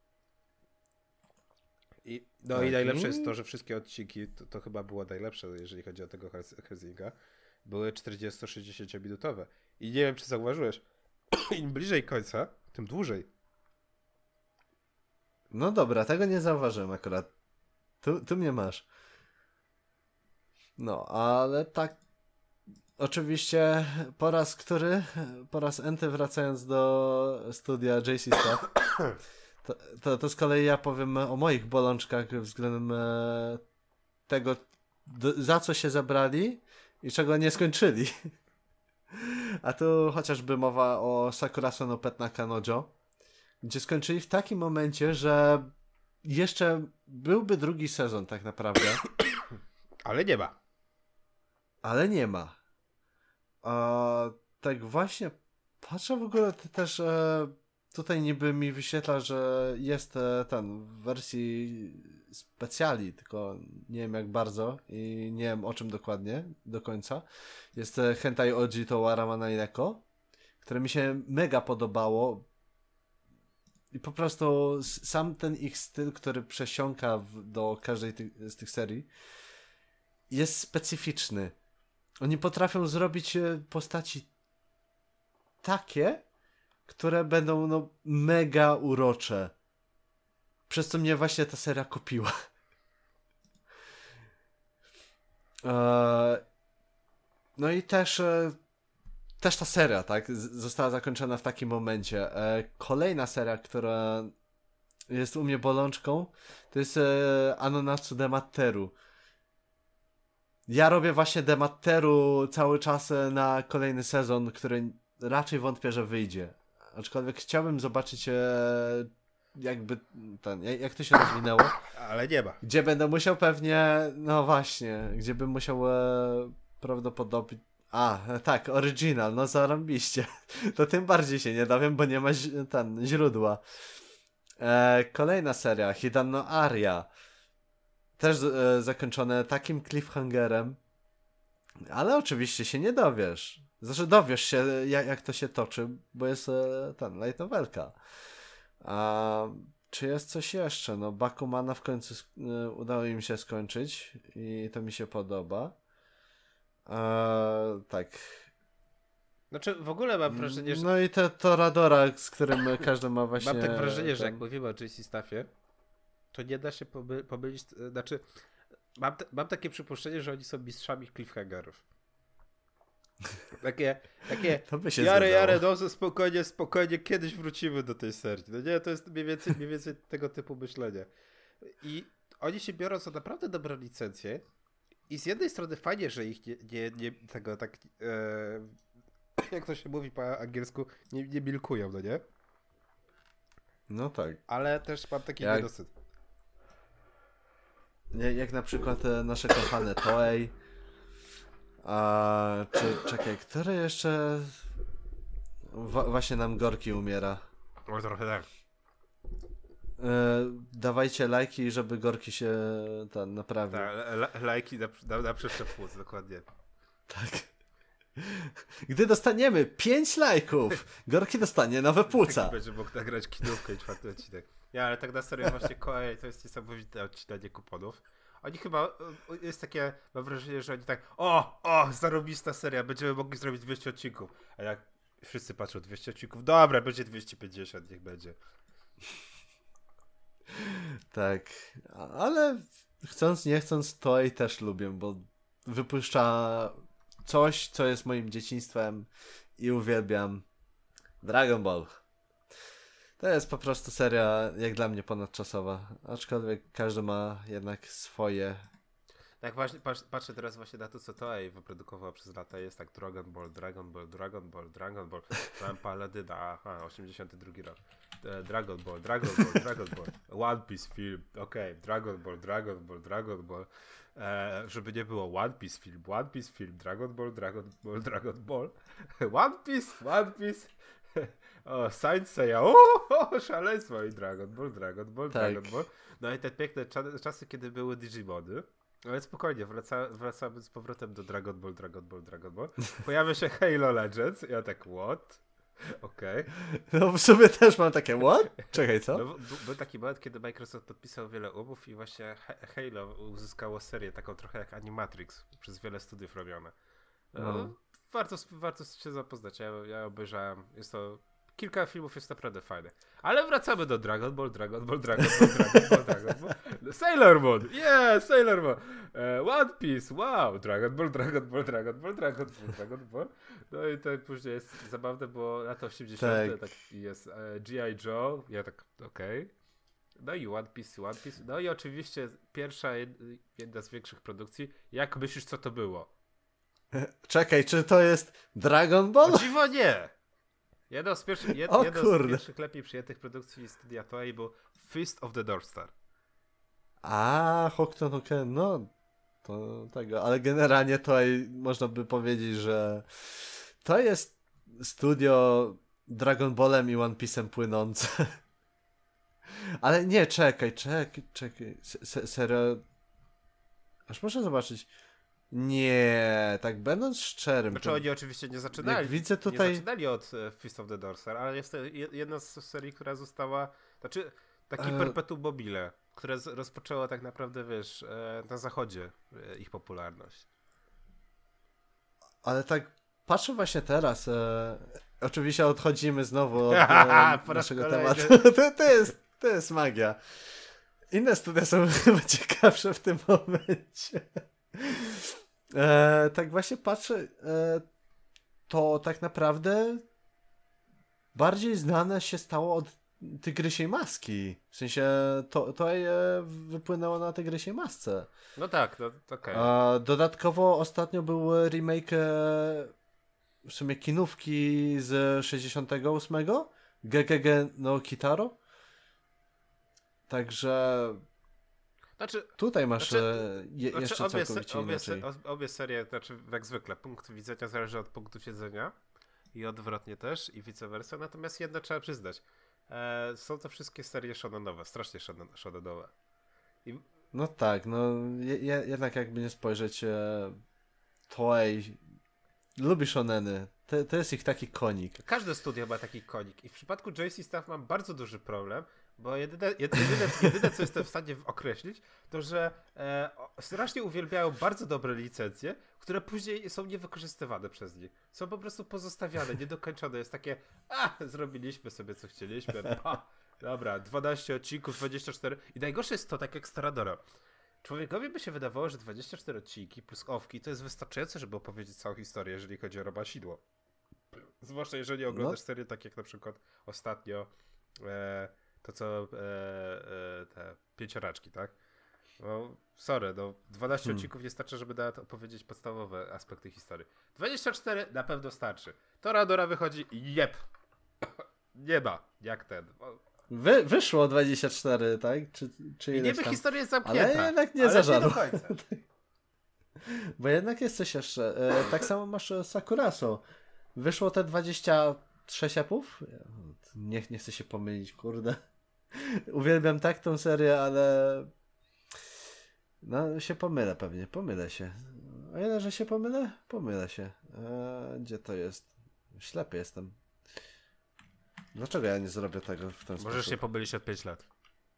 I najlepsze jest to, że wszystkie odcinki, to chyba było najlepsze, jeżeli chodzi o tego Helsinga, były 40-60 minutowe. I nie wiem, czy zauważyłeś, im bliżej końca, tym dłużej. No dobra, tego nie zauważyłem akurat. Tu mnie masz. No, ale tak. Oczywiście po raz enty wracając do studia JC Staff, to z kolei ja powiem o moich bolączkach względem tego, za co się zabrali i czego nie skończyli. A tu chociażby mowa o Sakura no Pet Nakanojo, gdzie skończyli w takim momencie, że jeszcze byłby drugi sezon tak naprawdę. Ale nie ma. Ale nie ma. Tak właśnie patrzę w ogóle też tutaj niby mi wyświetla, że jest ten w wersji specjali, tylko nie wiem jak bardzo i nie wiem o czym dokładnie do końca. Jest Hentai Oji to Waramana Ineko, które mi się mega podobało i po prostu sam ten ich styl, który przesiąka do każdej z tych serii, jest specyficzny. Oni potrafią zrobić postaci takie, które będą no mega urocze. Przez co mnie właśnie ta seria kupiła. No i też ta seria, tak, została zakończona w takim momencie. Kolejna seria, która jest u mnie bolączką, to jest Anonatsu Dematteru. Ja robię właśnie Dematteru cały czas na kolejny sezon, który raczej wątpię, że wyjdzie. Aczkolwiek chciałbym zobaczyć jakby jak to się rozwinęło. Ale nie ma. Gdzie będę musiał pewnie, no właśnie, gdzie bym musiał prawdopodobnie... tak, Original, no zarąbiście. To tym bardziej się nie dowiem, bo nie ma źródła. Kolejna seria, Hidan no Aria. Też zakończone takim cliffhangerem, ale oczywiście się nie dowiesz. Znaczy dowiesz się, jak to się toczy, bo jest light novelka. Czy jest coś jeszcze? No Bakumana w końcu udało im się skończyć i to mi się podoba. Tak. Znaczy w ogóle mam wrażenie, że... No i Toradora, z którym każdy ma właśnie... Mam tak wrażenie, że jak mówimy o JC Staffie, to nie da się pomylić, znaczy mam takie przypuszczenie, że oni są mistrzami cliffhangerów. Takie to by się jare, no spokojnie, kiedyś wrócimy do tej serii. No nie, to jest mniej więcej tego typu myślenie. I oni się biorą za naprawdę dobrą licencję i z jednej strony fajnie, że ich nie tego tak, jak to się mówi po angielsku, nie milkują, no nie? No tak. Ale też mam taki niedosyt. Jak na przykład nasze kochane Toei. Czekaj, które jeszcze właśnie nam Gorki umiera. Może trochę tak. Dawajcie lajki, żeby Gorki się naprawił. Tak, lajki na przeszczep płuc, dokładnie. Tak. Gdy dostaniemy 5 lajków, Gorki dostanie nowe płuca. Będzie mógł nagrać kinówkę i 4. odcinek. Nie, ale tak na serio właśnie Koei to jest niesamowite odcinanie kuponów. Oni chyba, jest takie, mam wrażenie, że oni tak, zarobista seria, będziemy mogli zrobić 200 odcinków. A jak wszyscy patrzą 200 odcinków, dobra, będzie 250, niech będzie. Tak, ale chcąc nie chcąc Toei też lubię, bo wypuszcza coś, co jest moim dzieciństwem i uwielbiam. Dragon Ball. To jest po prostu seria, jak dla mnie, ponadczasowa. Aczkolwiek każdy ma jednak swoje Tak właśnie, patrzę teraz właśnie na to, co Toei wyprodukował przez lata. Jest tak Dragon Ball, Dragon Ball, Dragon Ball, Dragon Ball. Mam Paladyna, aha, 82 rok. Dragon Ball, Dragon Ball, Dragon Ball. One Piece film, okej. Dragon Ball, Dragon Ball, Dragon Ball. Żeby nie było One Piece film, Dragon Ball, Dragon Ball, Dragon Ball. One Piece. O, Saint Seiya, szaleństwo i Dragon Ball, Dragon Ball, Tak. Dragon Ball. No i te piękne czasy, kiedy były Digimony. Ale spokojnie, wracamy z powrotem do Dragon Ball, Dragon Ball, Dragon Ball. Pojawia się Halo Legends. Ja tak, what? Okej. No w sumie też mam takie, what? Czekaj, co? No, był taki moment, kiedy Microsoft podpisał wiele umów i właśnie Halo uzyskało serię taką trochę jak Animatrix, przez wiele studiów robione. No. Warto się zapoznać. Ja obejrzałem. Jest to... Kilka filmów jest naprawdę fajnych. Ale wracamy do Dragon Ball, Dragon Ball, Dragon Ball, Dragon Ball, Dragon Ball. Sailor Moon! Yeah, Sailor Moon! One Piece, wow! Dragon Ball, Dragon Ball, Dragon Ball, Dragon Ball, Dragon Ball. No i to później jest zabawne, bo lata 80. tak jest G.I. Joe. Ja tak, okej. No i One Piece. No i oczywiście pierwsza, jedna z większych produkcji. Jak myślisz, co to było? Czekaj, czy to jest Dragon Ball? O dziwo nie! Jedną z pierwszych lepiej przyjętych produkcji studia Toei był Fist of the North Star. A, Hokuto no Ken, no to tego, ale generalnie to można by powiedzieć, że to jest studio Dragon Ballem i One Piece'em płynące. Ale nie, czekaj. Serio? Aż muszę zobaczyć. Nie, tak będąc szczerym. Znaczy oni oczywiście nie zaczynali. Widzę tutaj... Nie zaczynali od Fist of the North Star, ale jest to jedna z serii, która została... Znaczy, taki perpetuum mobile, które rozpoczęło tak naprawdę, wiesz, na zachodzie ich popularność. Ale tak patrzę właśnie teraz. Oczywiście odchodzimy znowu od naszego tematu. To jest magia. Inne studia są chyba ciekawsze w tym momencie. Tak właśnie patrzę, to tak naprawdę bardziej znane się stało od Tygrysiej Maski. W sensie to wypłynęło na Tygrysiej Masce. No tak, no okej. Dodatkowo ostatnio był remake w sumie kinówki z 68. Gegege no Kitaro. Także Znaczy, tutaj masz jeszcze całkowicie inaczej. Obie serie, znaczy jak zwykle, punkt widzenia zależy od punktu siedzenia i odwrotnie też i vice versa, natomiast jedno trzeba przyznać. Są to wszystkie serie shonenowe, strasznie shonenowe. No tak, no jednak jakby nie spojrzeć, Toei lubi shoneny. To jest ich taki konik. Każde studio ma taki konik i w przypadku JC Staff mam bardzo duży problem, bo jedyne co jestem w stanie określić, to że strasznie uwielbiają bardzo dobre licencje, które później są niewykorzystywane przez nich. Są po prostu pozostawiane, niedokończone. Jest takie, zrobiliśmy sobie co chcieliśmy, dobra, 12 odcinków, 24 i najgorsze jest to, tak jak Staradora. Człowiekowi by się wydawało, że 24 odcinki plus owki to jest wystarczające, żeby opowiedzieć całą historię, jeżeli chodzi o Robasidło. Zwłaszcza jeżeli oglądasz serię tak jak na przykład ostatnio to co te pięcioraczki, tak? No, sorry, 12 odcinków nie starczy, żeby nawet opowiedzieć podstawowe aspekty historii. 24 na pewno starczy. Toradora wychodzi i jeb. Nie ma, jak ten. Wyszło 24, tak? Czy i niby historia jest zamknięta. Ale jednak nie za żadną. Nie do końca. Bo jednak jest coś jeszcze. Tak samo masz Sakuraso. Wyszło te 26,5? Nie chcę się pomylić, kurde. Uwielbiam tak tą serię, ale no się pomylę pewnie. Pomylę się. A ile, że się pomylę? Pomylę się. Gdzie to jest? Ślepy jestem. Dlaczego ja nie zrobię tego w ten sposób? Możesz się pomylić od 5 lat.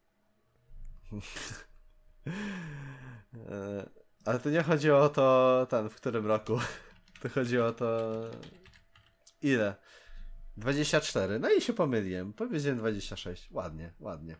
Ale to nie chodzi o to, w którym roku. To chodzi o to... Ile? 24. No i się pomyliłem. Powiedziałem 26. Ładnie.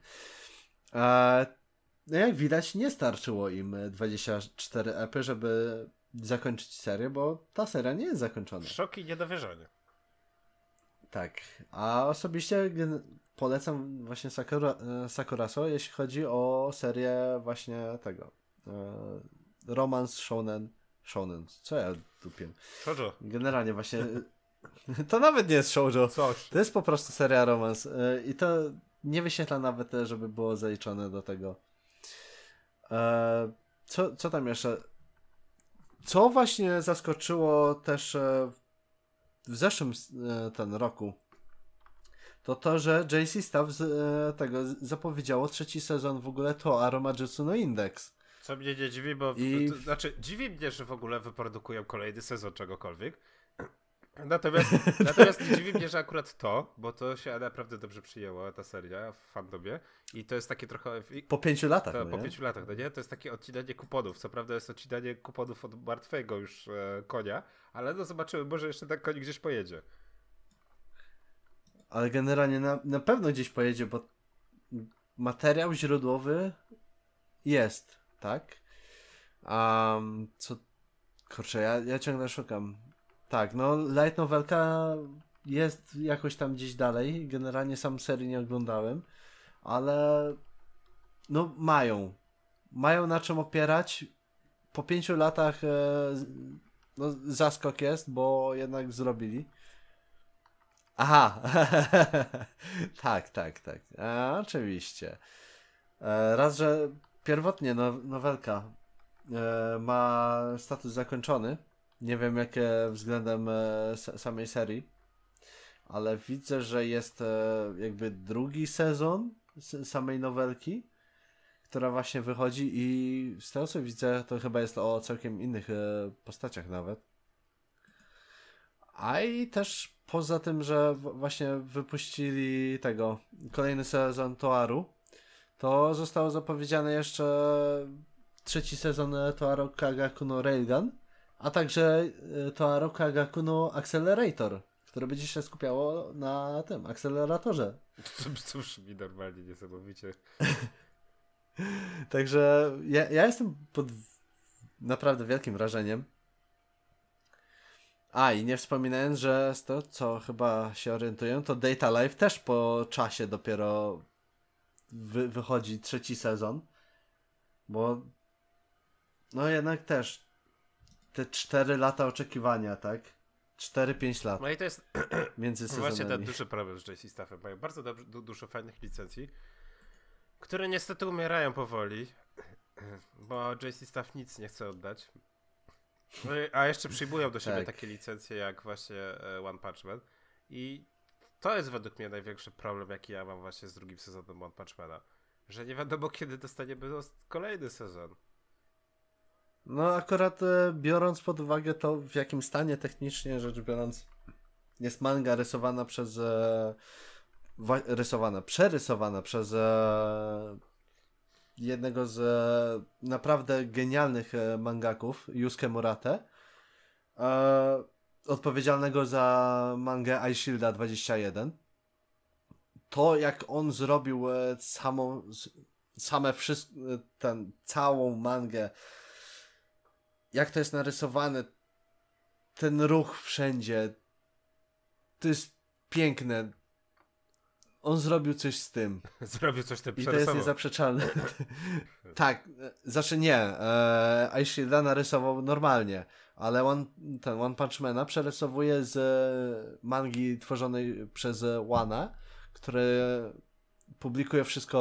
No jak widać, nie starczyło im 24 epy, żeby zakończyć serię, bo ta seria nie jest zakończona. Szok i niedowierzanie. Tak. A osobiście polecam właśnie Sakuraso, jeśli chodzi o serię właśnie tego romans shonen, co ja dupię. Shoujo. Generalnie właśnie, to nawet nie jest shoujo, Coś. to jest po prostu seria romans i to nie wyświetla nawet, żeby było zaliczone do tego. Co tam jeszcze? Co właśnie zaskoczyło też w zeszłym roku, to, że JC Staff zapowiedziało trzeci sezon w ogóle to Aromajutsu no Index. Co mnie nie dziwi, bo... Znaczy, dziwi mnie, że w ogóle wyprodukują kolejny sezon czegokolwiek. Natomiast nie dziwi mnie, że akurat to, bo to się naprawdę dobrze przyjęło, ta seria w fandomie. I to jest takie trochę... Po 5 latach, po 5 latach, no nie? To jest takie odcinanie kuponów. Co prawda jest odcinanie kuponów od martwego już konia, ale no zobaczymy, może jeszcze ten koń gdzieś pojedzie. Ale generalnie na pewno gdzieś pojedzie, bo materiał źródłowy jest, tak? Co... Kurczę, ja ciągle szukam. Tak, no light novelka jest jakoś tam gdzieś dalej. Generalnie sam serii nie oglądałem, ale no mają na czym opierać. Po 5 latach no, zaskok jest, bo jednak zrobili. Aha, tak. Oczywiście. Raz, że pierwotnie nowelka ma status zakończony. Nie wiem jakie względem samej serii, ale widzę, że jest jakby drugi sezon samej nowelki, która właśnie wychodzi i z tego co widzę, to chyba jest o całkiem innych postaciach nawet. A i też poza tym, że właśnie wypuścili kolejny sezon Toaru, to zostało zapowiedziane jeszcze trzeci sezon Toaru Kagaku no Railgun, a także Toaru Kagaku no Accelerator, które będzie się skupiało na tym akceleratorze. To brzmi normalnie niesamowicie. Także ja jestem pod naprawdę wielkim wrażeniem. I nie wspominając, że z to, co chyba się orientują, to Data Life też po czasie dopiero wychodzi trzeci sezon. Bo no jednak też te 4 lata oczekiwania, tak? 4-5 lat. No i to jest między sezonami. właśnie ten duży problem z JC Staffem. Mają bardzo dużo fajnych licencji, które niestety umierają powoli, bo JC Staff nic nie chce oddać. A jeszcze przyjmują do siebie takie licencje jak właśnie One Punch Man. I to jest według mnie największy problem, jaki ja mam właśnie z drugim sezonem One Punch Mana. Że nie wiadomo kiedy dostaniemy kolejny sezon. No akurat biorąc pod uwagę to, w jakim stanie technicznie rzecz biorąc jest manga przerysowana przez jednego z naprawdę genialnych mangaków, Yusuke Murate, odpowiedzialnego za mangę iShielda 21. To jak on zrobił całą mangę, jak to jest narysowane, ten ruch wszędzie, to jest piękne. On zrobił coś z tym. Zrobił coś tym i to jest niezaprzeczalne. Tak, znaczy nie. iShielda narysował normalnie, ale One Punch Mana przerysowuje z mangi tworzonej przez Wana, który publikuje wszystko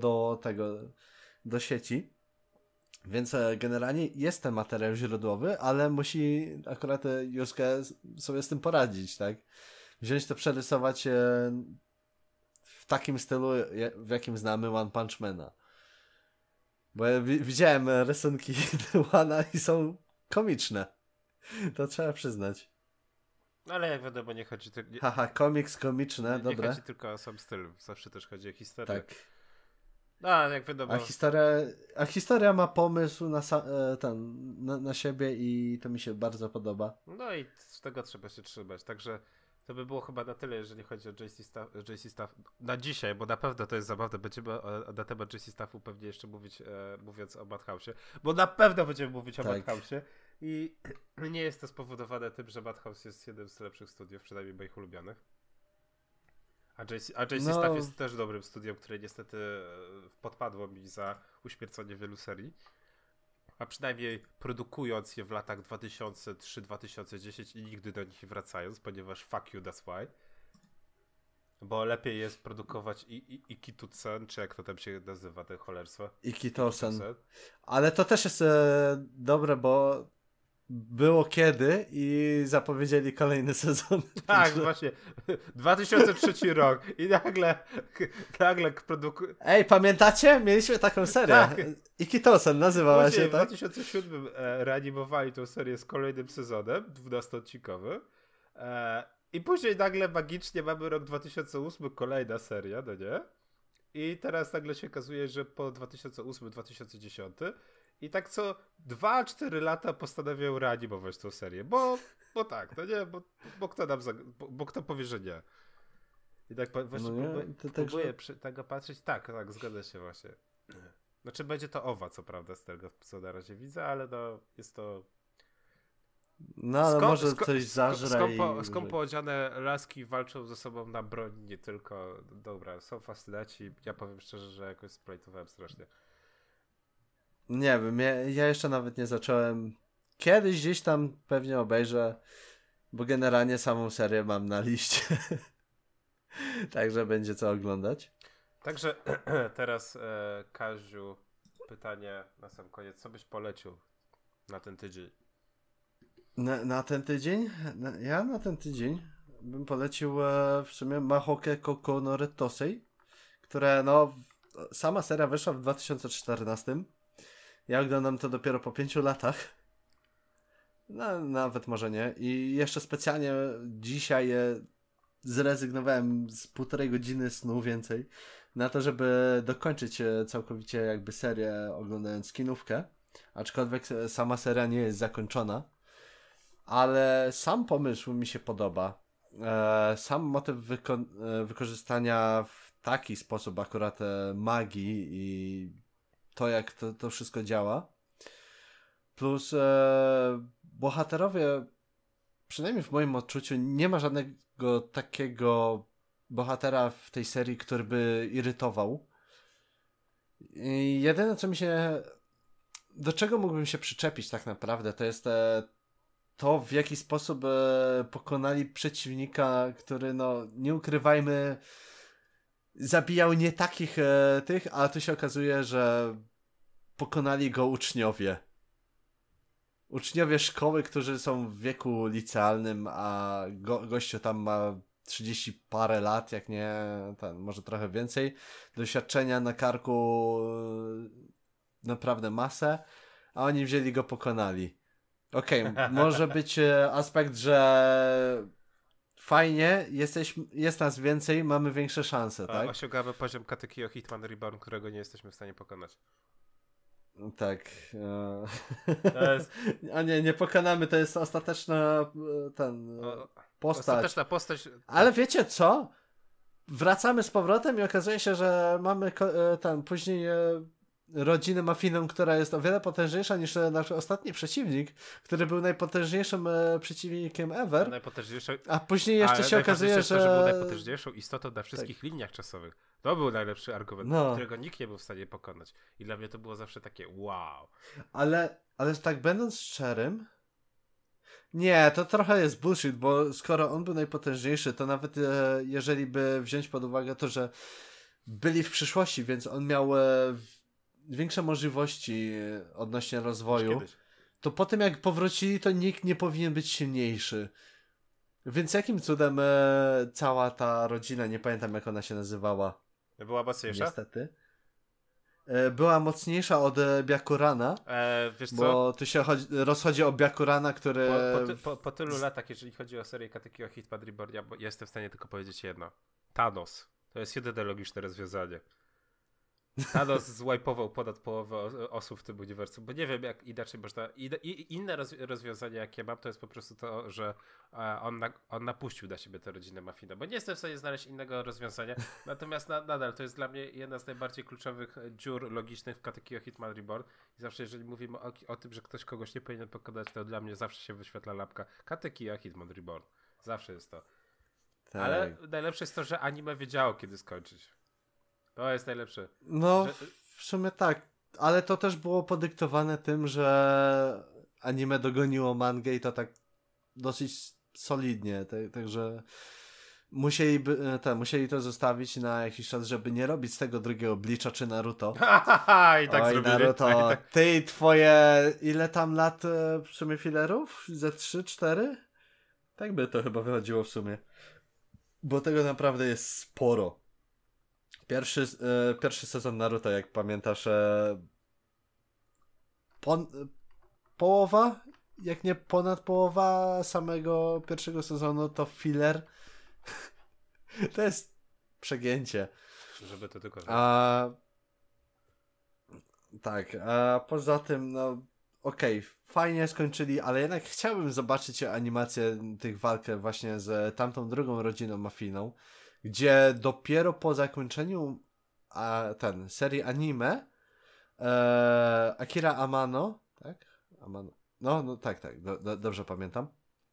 do sieci. Więc generalnie jest ten materiał źródłowy, ale musi akurat Yusuke sobie z tym poradzić, tak? Wziąć to, przerysować w takim stylu, w jakim znamy One Punch Mana. Bo ja widziałem rysunki Wana i są komiczne. To trzeba przyznać. Ale jak wiadomo, nie chodzi komiks komiczne, dobra. Nie chodzi tylko o sam styl, zawsze też chodzi o historię. Tak. Jak wiadomo. A historia ma pomysł na siebie i to mi się bardzo podoba. No i z tego trzeba się trzymać, także to by było chyba na tyle, jeżeli chodzi o JC Staff na dzisiaj, bo na pewno to jest zabawne, będziemy na temat JC Staffu pewnie jeszcze mówić, mówiąc o Madhouse'ie, bo na pewno będziemy mówić o Madhouse'ie i nie jest to spowodowane tym, że Madhouse jest jednym z lepszych studiów, przynajmniej moich ulubionych. A JC Staff jest też dobrym studiem, które niestety podpadło mi za uśmiercenie wielu serii. a przynajmniej produkując je w latach 2003-2010 i nigdy do nich wracając, ponieważ fuck you, that's why. Bo lepiej jest produkować Ikitutsen, czy jak to tam się nazywa, te cholerstwo? Ikitosen. Ale to też jest dobre, bo było kiedy i zapowiedzieli kolejny sezon. Tak, Także... właśnie. 2003 rok i nagle Ej, pamiętacie? Mieliśmy taką serię. Tak. Ikitosen nazywała się, w tak? 2007 reanimowali tą serię z kolejnym sezonem, 12-odcinkowym. I później nagle magicznie mamy rok 2008, kolejna seria, no nie? I teraz nagle się okazuje, że po 2008-2010 i tak co 2-4 lata postanawiają reanimować tą serię, bo tak, no nie? Bo kto nam bo kto powie, że nie? I tak właśnie próbuję tego patrzeć. Tak, zgadza się właśnie. Znaczy będzie to owa, co prawda, z tego, co na razie widzę, ale no jest to... No, ale może coś zażre skąpo odziane laski walczą ze sobą na broń, nie tylko. Dobra, są fascynaci. Ja powiem szczerze, że jakoś splajtowałem strasznie. Nie wiem, ja jeszcze nawet nie zacząłem. Kiedyś gdzieś tam pewnie obejrzę, bo generalnie samą serię mam na liście. Także będzie co oglądać. Także teraz Kaziu, pytanie na sam koniec. Co byś polecił na ten tydzień? Na ten tydzień? Ja na ten tydzień bym polecił w sumie Mahoke Koko no Retosei, które no sama seria wyszła w 2014. Ja oglądam to dopiero po 5 latach. No, nawet może nie. I jeszcze specjalnie dzisiaj zrezygnowałem z 1,5 godziny snu więcej na to, żeby dokończyć całkowicie jakby serię oglądając kinówkę. Aczkolwiek sama seria nie jest zakończona. Ale sam pomysł mi się podoba. Sam motyw wykorzystania w taki sposób akurat magii i to, jak to wszystko działa. Plus bohaterowie, przynajmniej w moim odczuciu, nie ma żadnego takiego bohatera w tej serii, który by irytował. I jedyne, co mi się... Do czego mógłbym się przyczepić tak naprawdę, to jest to, w jaki sposób pokonali przeciwnika, który, no, nie ukrywajmy, zabijał nie takich tych, a tu się okazuje, że pokonali go uczniowie. Uczniowie szkoły, którzy są w wieku licealnym, a gościu tam ma 30 parę lat, jak nie, może trochę więcej. Doświadczenia na karku naprawdę masę, a oni wzięli go, pokonali. Okej, może być aspekt, że fajnie, jest nas więcej, mamy większe szanse, tak? Osiągamy poziom Katekio Hitman Reborn, którego nie jesteśmy w stanie pokonać. Tak. A nie pokonamy, to jest ostateczna postać. Ostateczna postać. Ale wiecie co? Wracamy z powrotem i okazuje się, że mamy później rodzinę mafijną, która jest o wiele potężniejsza niż nasz ostatni przeciwnik, który był najpotężniejszym przeciwnikiem ever. A później jeszcze się okazuje, że... był najpotężniejszą istotą na wszystkich liniach czasowych. To był najlepszy argument, którego nikt nie był w stanie pokonać. I dla mnie to było zawsze takie wow. Ale tak będąc szczerym, nie, to trochę jest bullshit, bo skoro on był najpotężniejszy, to nawet jeżeli by wziąć pod uwagę to, że byli w przyszłości, więc on miał większe możliwości odnośnie rozwoju, to po tym jak powrócili, to nikt nie powinien być silniejszy. Więc jakim cudem cała ta rodzina, nie pamiętam jak ona się nazywała. Była mocniejsza? Niestety. Była mocniejsza od Byakurana, wiesz co? bo tu się rozchodzi o Byakurana, który... Po tylu latach, jeżeli chodzi o serię Katekio Hitman Reborn, ja jestem w stanie tylko powiedzieć jedno. Thanos. To jest jedyne logiczne rozwiązanie. Thanos zwipe'ował ponad połowę osób w tym uniwersum, bo nie wiem jak inaczej można... Inne rozwiązanie jakie mam, to jest po prostu to, że on napuścił na siebie tę rodzinę mafijną, bo nie jestem w stanie znaleźć innego rozwiązania, natomiast nadal to jest dla mnie jedna z najbardziej kluczowych dziur logicznych w Katekio Hitman Reborn i zawsze jeżeli mówimy o tym, że ktoś kogoś nie powinien pokonać, to dla mnie zawsze się wyświetla lampka Katekio Hitman Reborn. Zawsze jest to. Tak. Ale najlepsze jest to, że anime wiedziało kiedy skończyć. To jest najlepsze. No, w sumie tak. ale to też było podyktowane tym, że anime dogoniło mangę i to tak dosyć solidnie, także musieli to zostawić na jakiś czas, żeby nie robić z tego drugiego Bleacha czy Naruto. I tak Oj, zrobili. Naruto, Tak. ty i twoje, ile tam lat w sumie filerów? Ze 3, 4? Tak by to chyba wychodziło w sumie. Bo tego naprawdę jest sporo. Pierwszy sezon Naruto, jak pamiętasz, połowa, jak nie ponad połowa samego pierwszego sezonu to filler. To jest przegięcie. Żeby to tylko... Tak, a poza tym, no okej, fajnie skończyli, ale jednak chciałbym zobaczyć animację tych walk właśnie z tamtą drugą rodziną mafijną, gdzie dopiero po zakończeniu serii anime Akira Amano, tak? Amano. No tak, dobrze pamiętam.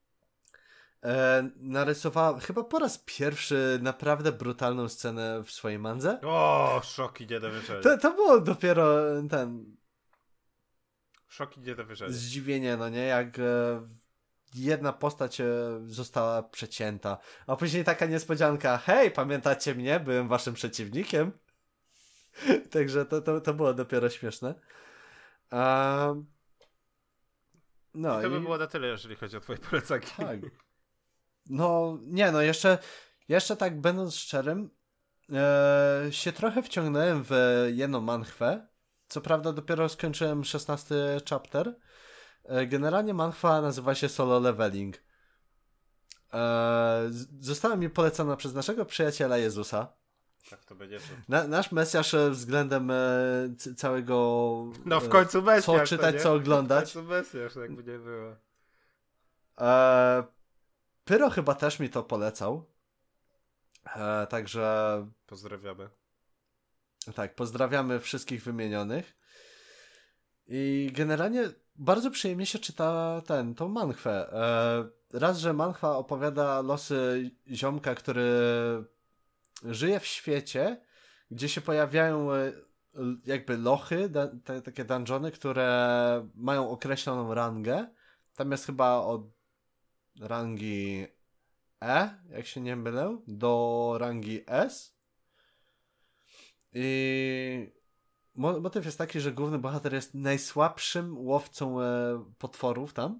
Narysowała chyba po raz pierwszy naprawdę brutalną scenę w swojej mandze. O, szoki nie do wyrzeczenia. To było dopiero Szoki nie do wyrzeczenia. zdziwienie, no nie? Jak jedna postać została przecięta, a później taka niespodzianka, hej, pamiętacie mnie? Byłem waszym przeciwnikiem. Także to było dopiero śmieszne. No i to by było na tyle, jeżeli chodzi o twoje polecaki. Tak. No, nie, no jeszcze tak będąc szczerym, się trochę wciągnąłem w jedną manhwę. Co prawda dopiero skończyłem 16 chapter. Generalnie manhwa nazywa się Solo Leveling. Została mi polecona przez naszego przyjaciela Jezusa. Tak to będzie. Nasz Mesjasz względem całego... No w końcu Mesjasz. Co czytać, co oglądać. W końcu Mesjasz, jakby nie było. Pyro chyba też mi to polecał. Także... Pozdrawiamy. Tak, pozdrawiamy wszystkich wymienionych. I generalnie bardzo przyjemnie się czyta tą manhwę. Raz, że manhwa opowiada losy ziomka, który żyje w świecie, gdzie się pojawiają jakby lochy, takie dungeony, które mają określoną rangę. Tam jest chyba od rangi E, jak się nie mylę, do rangi S. I motyw jest taki, że główny bohater jest najsłabszym łowcą potworów tam.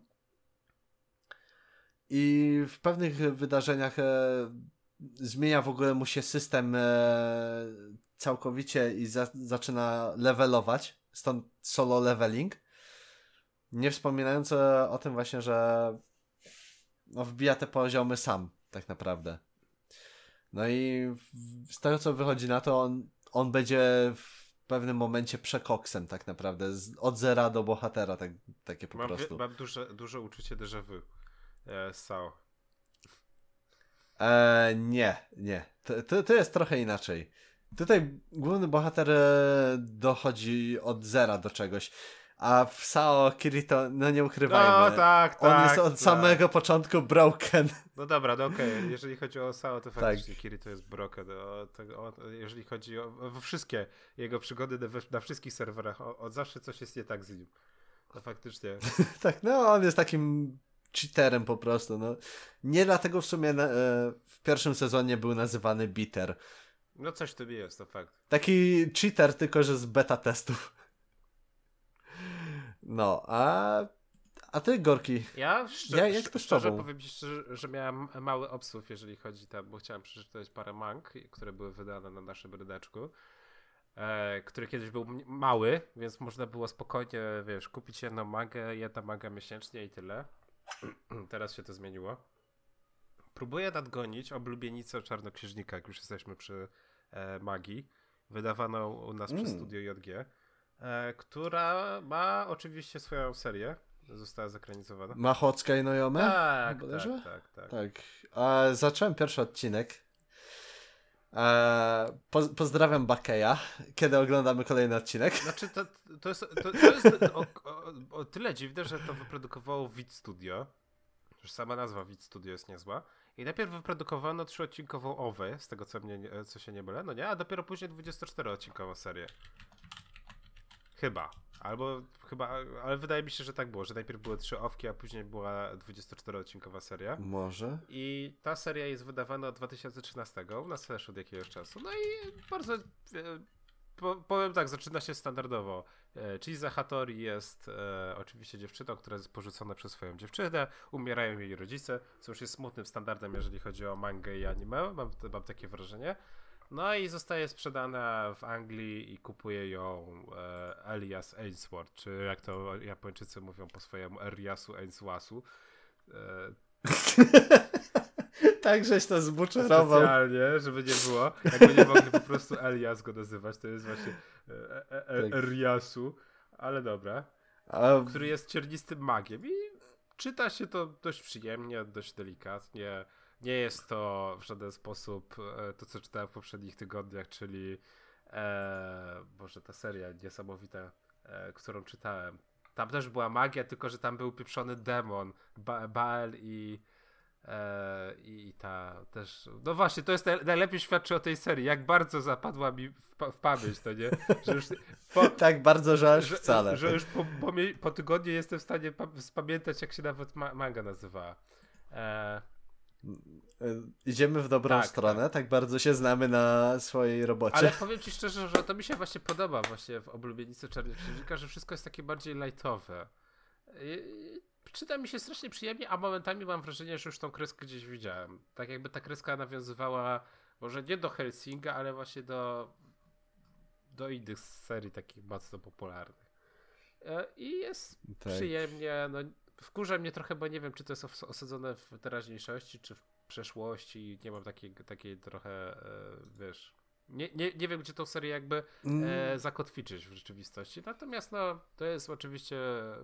I w pewnych wydarzeniach zmienia w ogóle mu się system całkowicie i zaczyna levelować. Stąd solo leveling. Nie wspominając o tym właśnie, że wbija te poziomy sam tak naprawdę. No i z tego co wychodzi na to, on będzie w pewnym momencie przekoksem tak naprawdę. Od zera do bohatera, takie po prostu. Mam duże uczucie déjà vu z Sao. Nie. To jest trochę inaczej. Tutaj główny bohater dochodzi od zera do czegoś. A w Sao Kirito, no nie ukrywajmy. No tak. On jest od samego początku broken. No dobra, no okej. Jeżeli chodzi o Sao, to faktycznie Kirito jest broken. Jeżeli chodzi o wszystkie jego przygody na wszystkich serwerach, od zawsze coś jest nie tak z nim. No faktycznie. Tak, no on jest takim cheaterem po prostu. No. Nie dlatego w sumie w pierwszym sezonie był nazywany Bitter. No coś tu jest, to fakt. Taki cheater, tylko że z beta testów. No, a ty, Gorki? Jak to szczerze powiem ci szczerze, że miałem mały obsług, jeżeli chodzi tam, bo chciałem przeczytać parę mang, które były wydane na naszym ryneczku, który kiedyś był mały, więc można było spokojnie, wiesz, kupić jedną mangę, jedna manga miesięcznie i tyle. Teraz się to zmieniło. Próbuję nadgonić Oblubienicę Czarnoksiężnika, jak już jesteśmy przy magii, wydawaną u nas przez Studio JG. Która ma oczywiście swoją serię. Została zekranizowana. Machocka i Nojome? Tak. Zacząłem pierwszy odcinek. Pozdrawiam Bakeja. Kiedy oglądamy kolejny odcinek? Znaczy to jest o tyle dziwne, że to wyprodukowało Wit Studio. Już sama nazwa Wit Studio jest niezła. I najpierw wyprodukowano 3-odcinkową OVA, z tego co się nie mylę, no nie? A dopiero później 24-odcinkową serię. Chyba. Ale wydaje mi się, że tak było, że najpierw były 3 owki, a później była 24-odcinkowa seria. Może. I ta seria jest wydawana od 2013, u nas też od jakiegoś czasu. No i bardzo, powiem tak, zaczyna się standardowo. Chiza Hattori jest oczywiście dziewczyną, która jest porzucona przez swoją dziewczynę, umierają jej rodzice, co już jest smutnym standardem, jeżeli chodzi o mangę i anime, mam takie wrażenie. No i zostaje sprzedana w Anglii i kupuje ją Elias Ainsworth, czy jak to Japończycy mówią po swojemu, Eliasu Ainsworthu. Tak, żeś to zbuczerował. Specjalnie, żeby nie było. Jakby nie mogli po prostu Elias go nazywać, to jest właśnie Eliasu, ale dobra. Który jest ciernistym magiem i czyta się to dość przyjemnie, dość delikatnie. Nie jest to w żaden sposób to, co czytałem w poprzednich tygodniach, czyli Boże, ta seria niesamowita, którą czytałem. Tam też była magia, tylko że tam był pieprzony demon, Baal i ta też... No właśnie, to jest najlepiej świadczy o tej serii, jak bardzo zapadła mi w pamięć, to nie? Że już tak bardzo, że aż wcale. Że już po tygodniu jestem w stanie spamiętać, jak się nawet manga nazywała. Idziemy w dobrą stronę, tak bardzo się znamy na swojej robocie. Ale powiem ci szczerze, że to mi się właśnie podoba właśnie w Oblubienicy Czarnoksiężnika, że wszystko jest takie bardziej lightowe. Czyta mi się strasznie przyjemnie, a momentami mam wrażenie, że już tą kreskę gdzieś widziałem. Tak jakby ta kreska nawiązywała może nie do Helsinga, ale właśnie do innych serii takich mocno popularnych. I jest przyjemnie, no wkurza mnie trochę, bo nie wiem, czy to jest osadzone w teraźniejszości, czy w przeszłości. Nie mam takiej trochę, wiesz... Nie wiem, gdzie tą serię jakby zakotwiczyć w rzeczywistości. Natomiast no, to jest oczywiście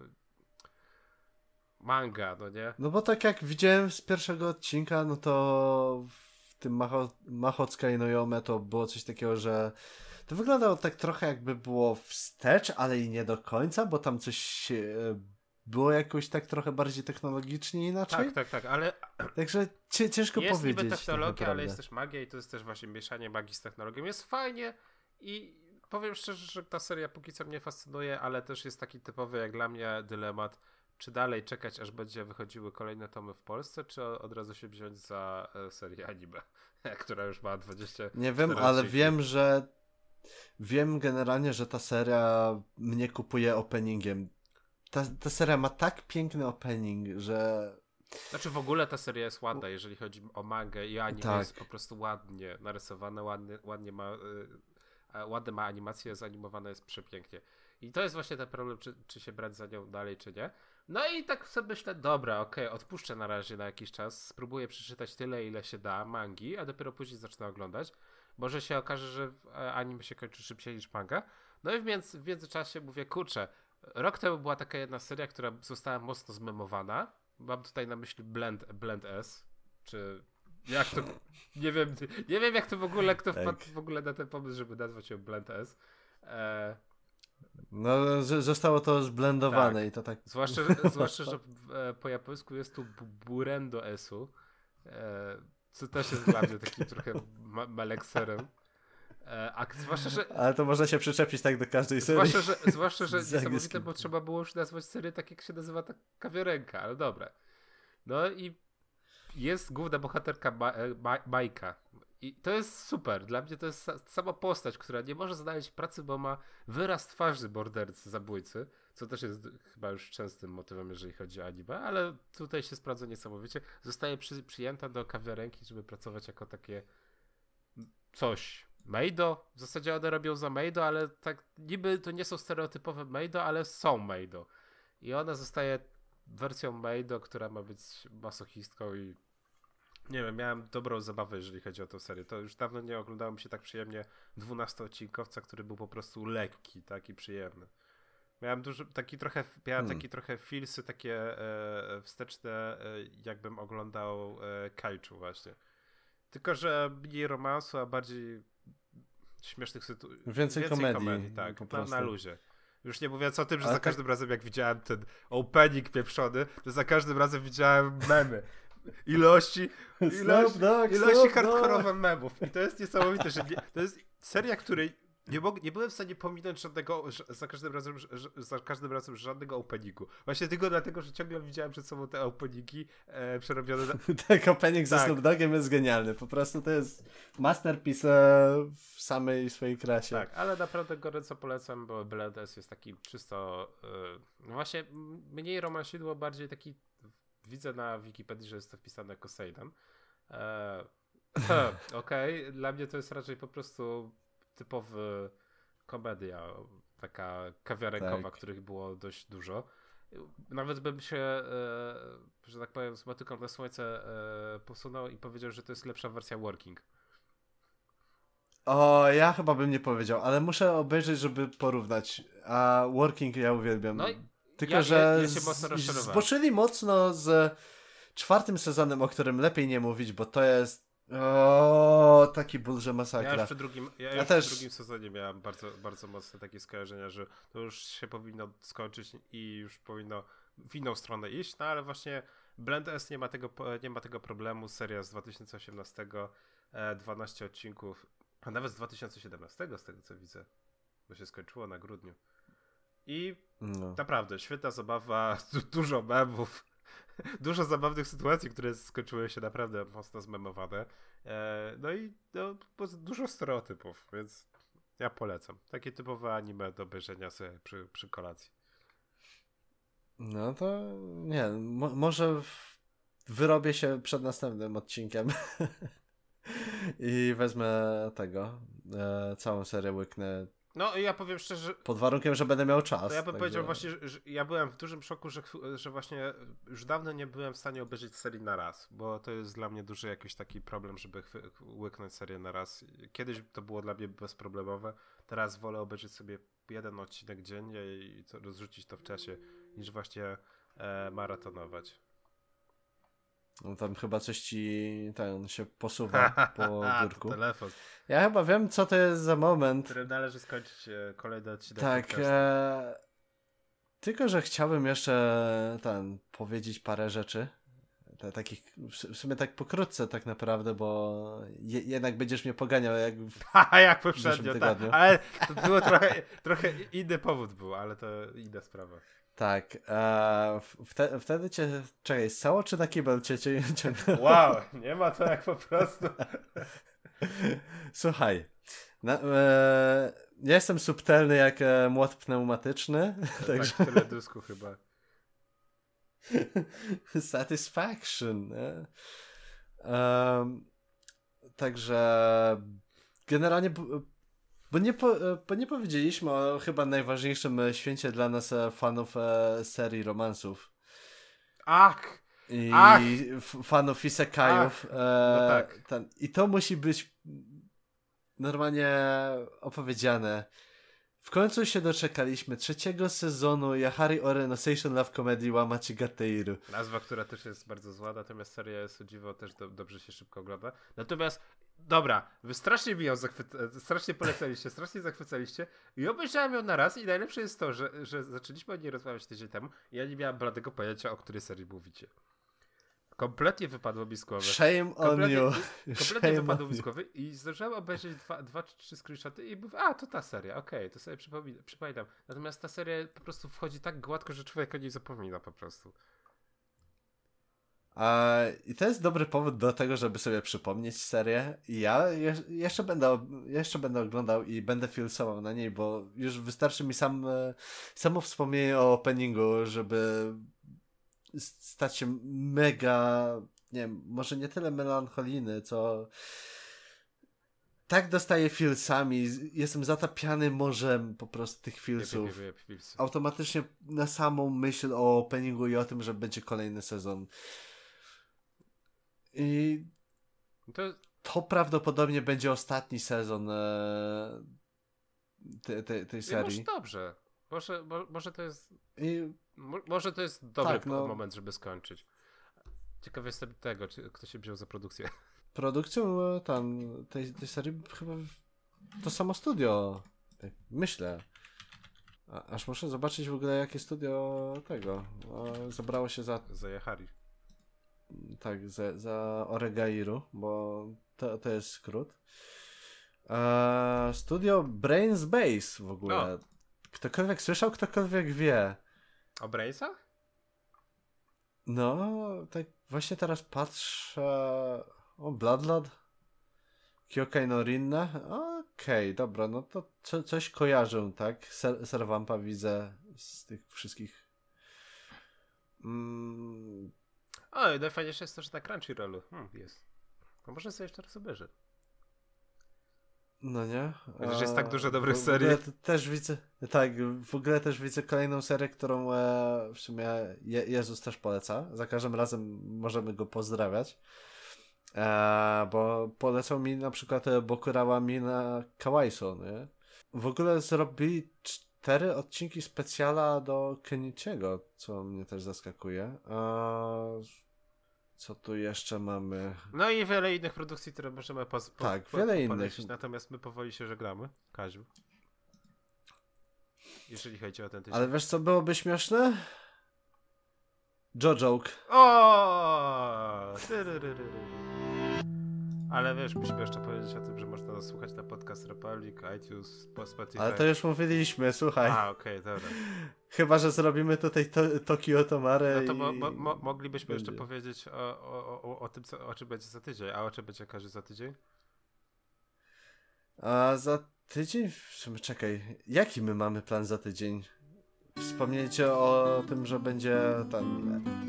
manga, no nie? No bo tak jak widziałem z pierwszego odcinka, no to w tym Mahotsukai no Yome to było coś takiego, że to wyglądało tak trochę jakby było wstecz, ale i nie do końca, bo tam coś było jakoś tak trochę bardziej technologicznie inaczej. Tak, ale... Także ciężko jest powiedzieć. Jest niby technologia, ale jest też magia i to jest też właśnie mieszanie magii z technologią. Jest fajnie i powiem szczerze, że ta seria póki co mnie fascynuje, ale też jest taki typowy jak dla mnie dylemat, czy dalej czekać, aż będzie wychodziły kolejne tomy w Polsce, czy od razu się wziąć za serię anime, która już ma 20. Nie wiem, ale wiem generalnie, że ta seria mnie kupuje openingiem. Ta seria ma tak piękny opening, że... Znaczy w ogóle ta seria jest ładna, jeżeli chodzi o mangę i anime, jest po prostu ładnie narysowane, ładne ma animacje, zanimowane jest przepięknie. I to jest właśnie ten problem, czy się brać za nią dalej, czy nie. No i tak sobie myślę, dobra, okej, odpuszczę na razie na jakiś czas, spróbuję przeczytać tyle, ile się da mangi, a dopiero później zacznę oglądać. Może się okaże, że anime się kończy szybciej niż manga. No i w międzyczasie mówię, kurczę, rok temu była taka jedna seria, która została mocno zmemowana. Mam tutaj na myśli Blend S, czy jak to, nie wiem jak to w ogóle, kto wpadł w ogóle na ten pomysł, żeby nazwać ją Blend S. No, zostało to zblendowane i to tak... Zwłaszcza, że po japońsku jest tu Burendo S-u, co też jest dla mnie takim trochę malekserem. Zwłaszcza, że... Ale to można się przyczepić tak do każdej serii. Zwłaszcza, że niesamowite, bo trzeba było już nazwać serię tak, jak się nazywa ta kawiarenka, ale dobra. No i jest główna bohaterka Majka. I to jest super. Dla mnie to jest sama postać, która nie może znaleźć pracy, bo ma wyraz twarzy mordercy, zabójcy, co też jest chyba już częstym motywem, jeżeli chodzi o anime, ale tutaj się sprawdza niesamowicie. Zostaje przyjęta do kawiarenki, żeby pracować jako takie coś. Meido? W zasadzie one robią za Meido, ale tak niby to nie są stereotypowe Meido, ale są Meido. I ona zostaje wersją Meido, która ma być masochistką i nie wiem, miałem dobrą zabawę, jeżeli chodzi o tę serię. To już dawno nie oglądało mi się tak przyjemnie 12-odcinkowca, który był po prostu lekki, taki przyjemny. Miałem taki trochę feelsy takie wsteczne, jakbym oglądał Kaiju właśnie. Tylko, że mniej romansu, a bardziej śmiesznych sytuacji. Więcej komedii tak, na luzie. Już nie mówiąc o tym, że za każdym razem jak widziałem ten opening pieprzony, to za każdym razem widziałem memy. Ilości hardkorowe memów. I to jest niesamowite, że to jest seria, której Nie byłem w stanie pominąć za każdym razem żadnego openingu. Właśnie tylko dlatego, że ciągle widziałem przed sobą te openingi przerobione na... Tak, opening ze Tak. Snoop Doggiem jest genialny. Po prostu to jest masterpiece w samej swojej krasie. Tak, ale naprawdę gorąco polecam, bo Blend S jest taki czysto... no właśnie mniej romansidło, bardziej taki... Widzę na Wikipedii, że jest to wpisane jako seinen. Okej, dla mnie to jest raczej po prostu typowy komedia, taka kawiarenkowa, Tak. których było dość dużo. Nawet bym się, że tak powiem, z motyką na słońce posunął i powiedział, że to jest lepsza wersja Working. O, ja chyba bym nie powiedział, ale muszę obejrzeć, żeby porównać. A Working ja uwielbiam. No i Tylko, że ja się mocno rozczarowałem. zboczyli mocno z 4. sezonem, o którym lepiej nie mówić, bo to jest taki ból, że masakra. Ja już przy drugim sezonie miałem bardzo, bardzo mocne takie skojarzenia, że to już się powinno skończyć i już powinno w inną stronę iść, no ale właśnie Blend S nie ma tego problemu. Seria z 2018, 12 odcinków, a nawet z 2017 z tego co widzę, bo się skończyło na grudniu. I naprawdę świetna zabawa, dużo memów, dużo zabawnych sytuacji, które skończyły się naprawdę mocno zmemowane. No i dużo stereotypów, więc ja polecam. Takie typowe anime do obejrzenia sobie przy kolacji. No to nie, może wyrobię się przed następnym odcinkiem i wezmę całą serię łyknę. No i ja powiem szczerze, pod warunkiem, że będę miał czas. to ja bym powiedział właśnie, że ja byłem w dużym szoku, że właśnie już dawno nie byłem w stanie obejrzeć serii na raz, bo to jest dla mnie duży jakiś taki problem, żeby łyknąć serię na raz. Kiedyś to było dla mnie bezproblemowe, teraz wolę obejrzeć sobie jeden odcinek dziennie i rozrzucić to w czasie, niż właśnie maratonować. No tam chyba coś ci się posuwa po biurku. To telefon. Ja chyba wiem, co to jest za moment. Którym należy skończyć kolejny odcinek. Tak, tylko że chciałbym jeszcze powiedzieć parę rzeczy. Takich, w sumie tak pokrótce tak naprawdę, bo jednak będziesz mnie poganiał jak poprzednio, tak. Ale to było trochę inny powód był, ale to inna sprawa. Tak, wtedy cię, czekaj, stało czy na kibel cię ciągnęło? Wow, nie ma to jak po prostu. Słuchaj, ja jestem subtelny jak młot pneumatyczny. Także... Tak, w teledysku chyba. Satisfaction. Także generalnie, bo nie powiedzieliśmy o chyba najważniejszym święcie dla nas fanów serii romansów. Ach! I fanów isekajów. No tak. I to musi być normalnie opowiedziane. W końcu się doczekaliśmy 3. sezonu Yahari Ore no Seishun Love Comedy wa Machigateiru. Nazwa, która też jest bardzo zła, natomiast seria jest o dziwo też dobrze się szybko ogląda. Natomiast, dobra, wy strasznie mi ją strasznie polecaliście, strasznie zachwycaliście i obejrzałem ją na raz i najlepsze jest to, że zaczęliśmy o niej rozmawiać tydzień temu i ja nie miałem bladego pojęcia, o której serii mówicie. Kompletnie wypadło mi z głowy. Shame on you. Kompletnie wypadło mi z głowy i zdążyłem obejrzeć 2 czy 3 screenshoty i mówię, to ta seria, okej, to sobie przypominam. Natomiast ta seria po prostu wchodzi tak gładko, że człowiek o niej zapomina po prostu. I to jest dobry powód do tego, żeby sobie przypomnieć serię. I ja jeszcze będę oglądał i będę filsował na niej, bo już wystarczy mi samo wspomnienie o openingu, żeby stać się mega, nie wiem, może nie tyle melancholijny, co tak dostaję filsami, jestem zatapiany morzem po prostu tych filsów. Automatycznie na samą myśl o openingu i o tym, że będzie kolejny sezon. I to prawdopodobnie będzie ostatni sezon tej serii. Może dobrze. Może to jest... Może to jest dobry moment, żeby skończyć. Ciekawy jestem tego, kto się wziął za produkcję. Produkcją tej serii chyba to samo studio. Tak myślę. Aż muszę zobaczyć w ogóle, jakie studio zabrało się za Yahari. Tak, za Oregairu, bo to jest skrót. Studio Brains Base w ogóle. Ktokolwiek słyszał, ktokolwiek wie. O Brainsach? No, tak właśnie teraz patrzę. O, Bloodlord? Kyokai no Rinne? Okej, dobra, no to coś kojarzę, tak? Servampa widzę z tych wszystkich. O, i najfajniejsze jest to, że na Crunchyrollu jest. No może sobie jeszcze raz obejrzę. No nie? Chociaż jest tak dużo dobrych w serii. Też widzę, tak, w ogóle też widzę kolejną serię, którą w sumie Jezus też poleca. Za każdym razem możemy go pozdrawiać. Bo polecał mi na przykład Bokurała Mina Kawaiso, nie? W ogóle zrobili 4 odcinki specjala do Kenichiego, co mnie też zaskakuje. Co tu jeszcze mamy? No i wiele innych produkcji, które możemy wiele polecić, innych. natomiast my powoli się żegnamy. Kaziu. Jeżeli chodzi o ten tydzień. Ale wiesz co byłoby śmieszne? JoJoke. O! Ale wiesz, musimy jeszcze powiedzieć o tym, że można nas słuchać na Podcast Republic, iTunes, Spotify. Ale to już mówiliśmy, słuchaj. Okej, dobra. Chyba, że zrobimy tutaj Tokio Tomare. No to moglibyśmy jeszcze powiedzieć o tym, o czym będzie za tydzień. A o czym będzie Kaziu za tydzień? A za tydzień? W sumie czekaj. Jaki my mamy plan za tydzień? Wspomnieliście o tym, że będzie tam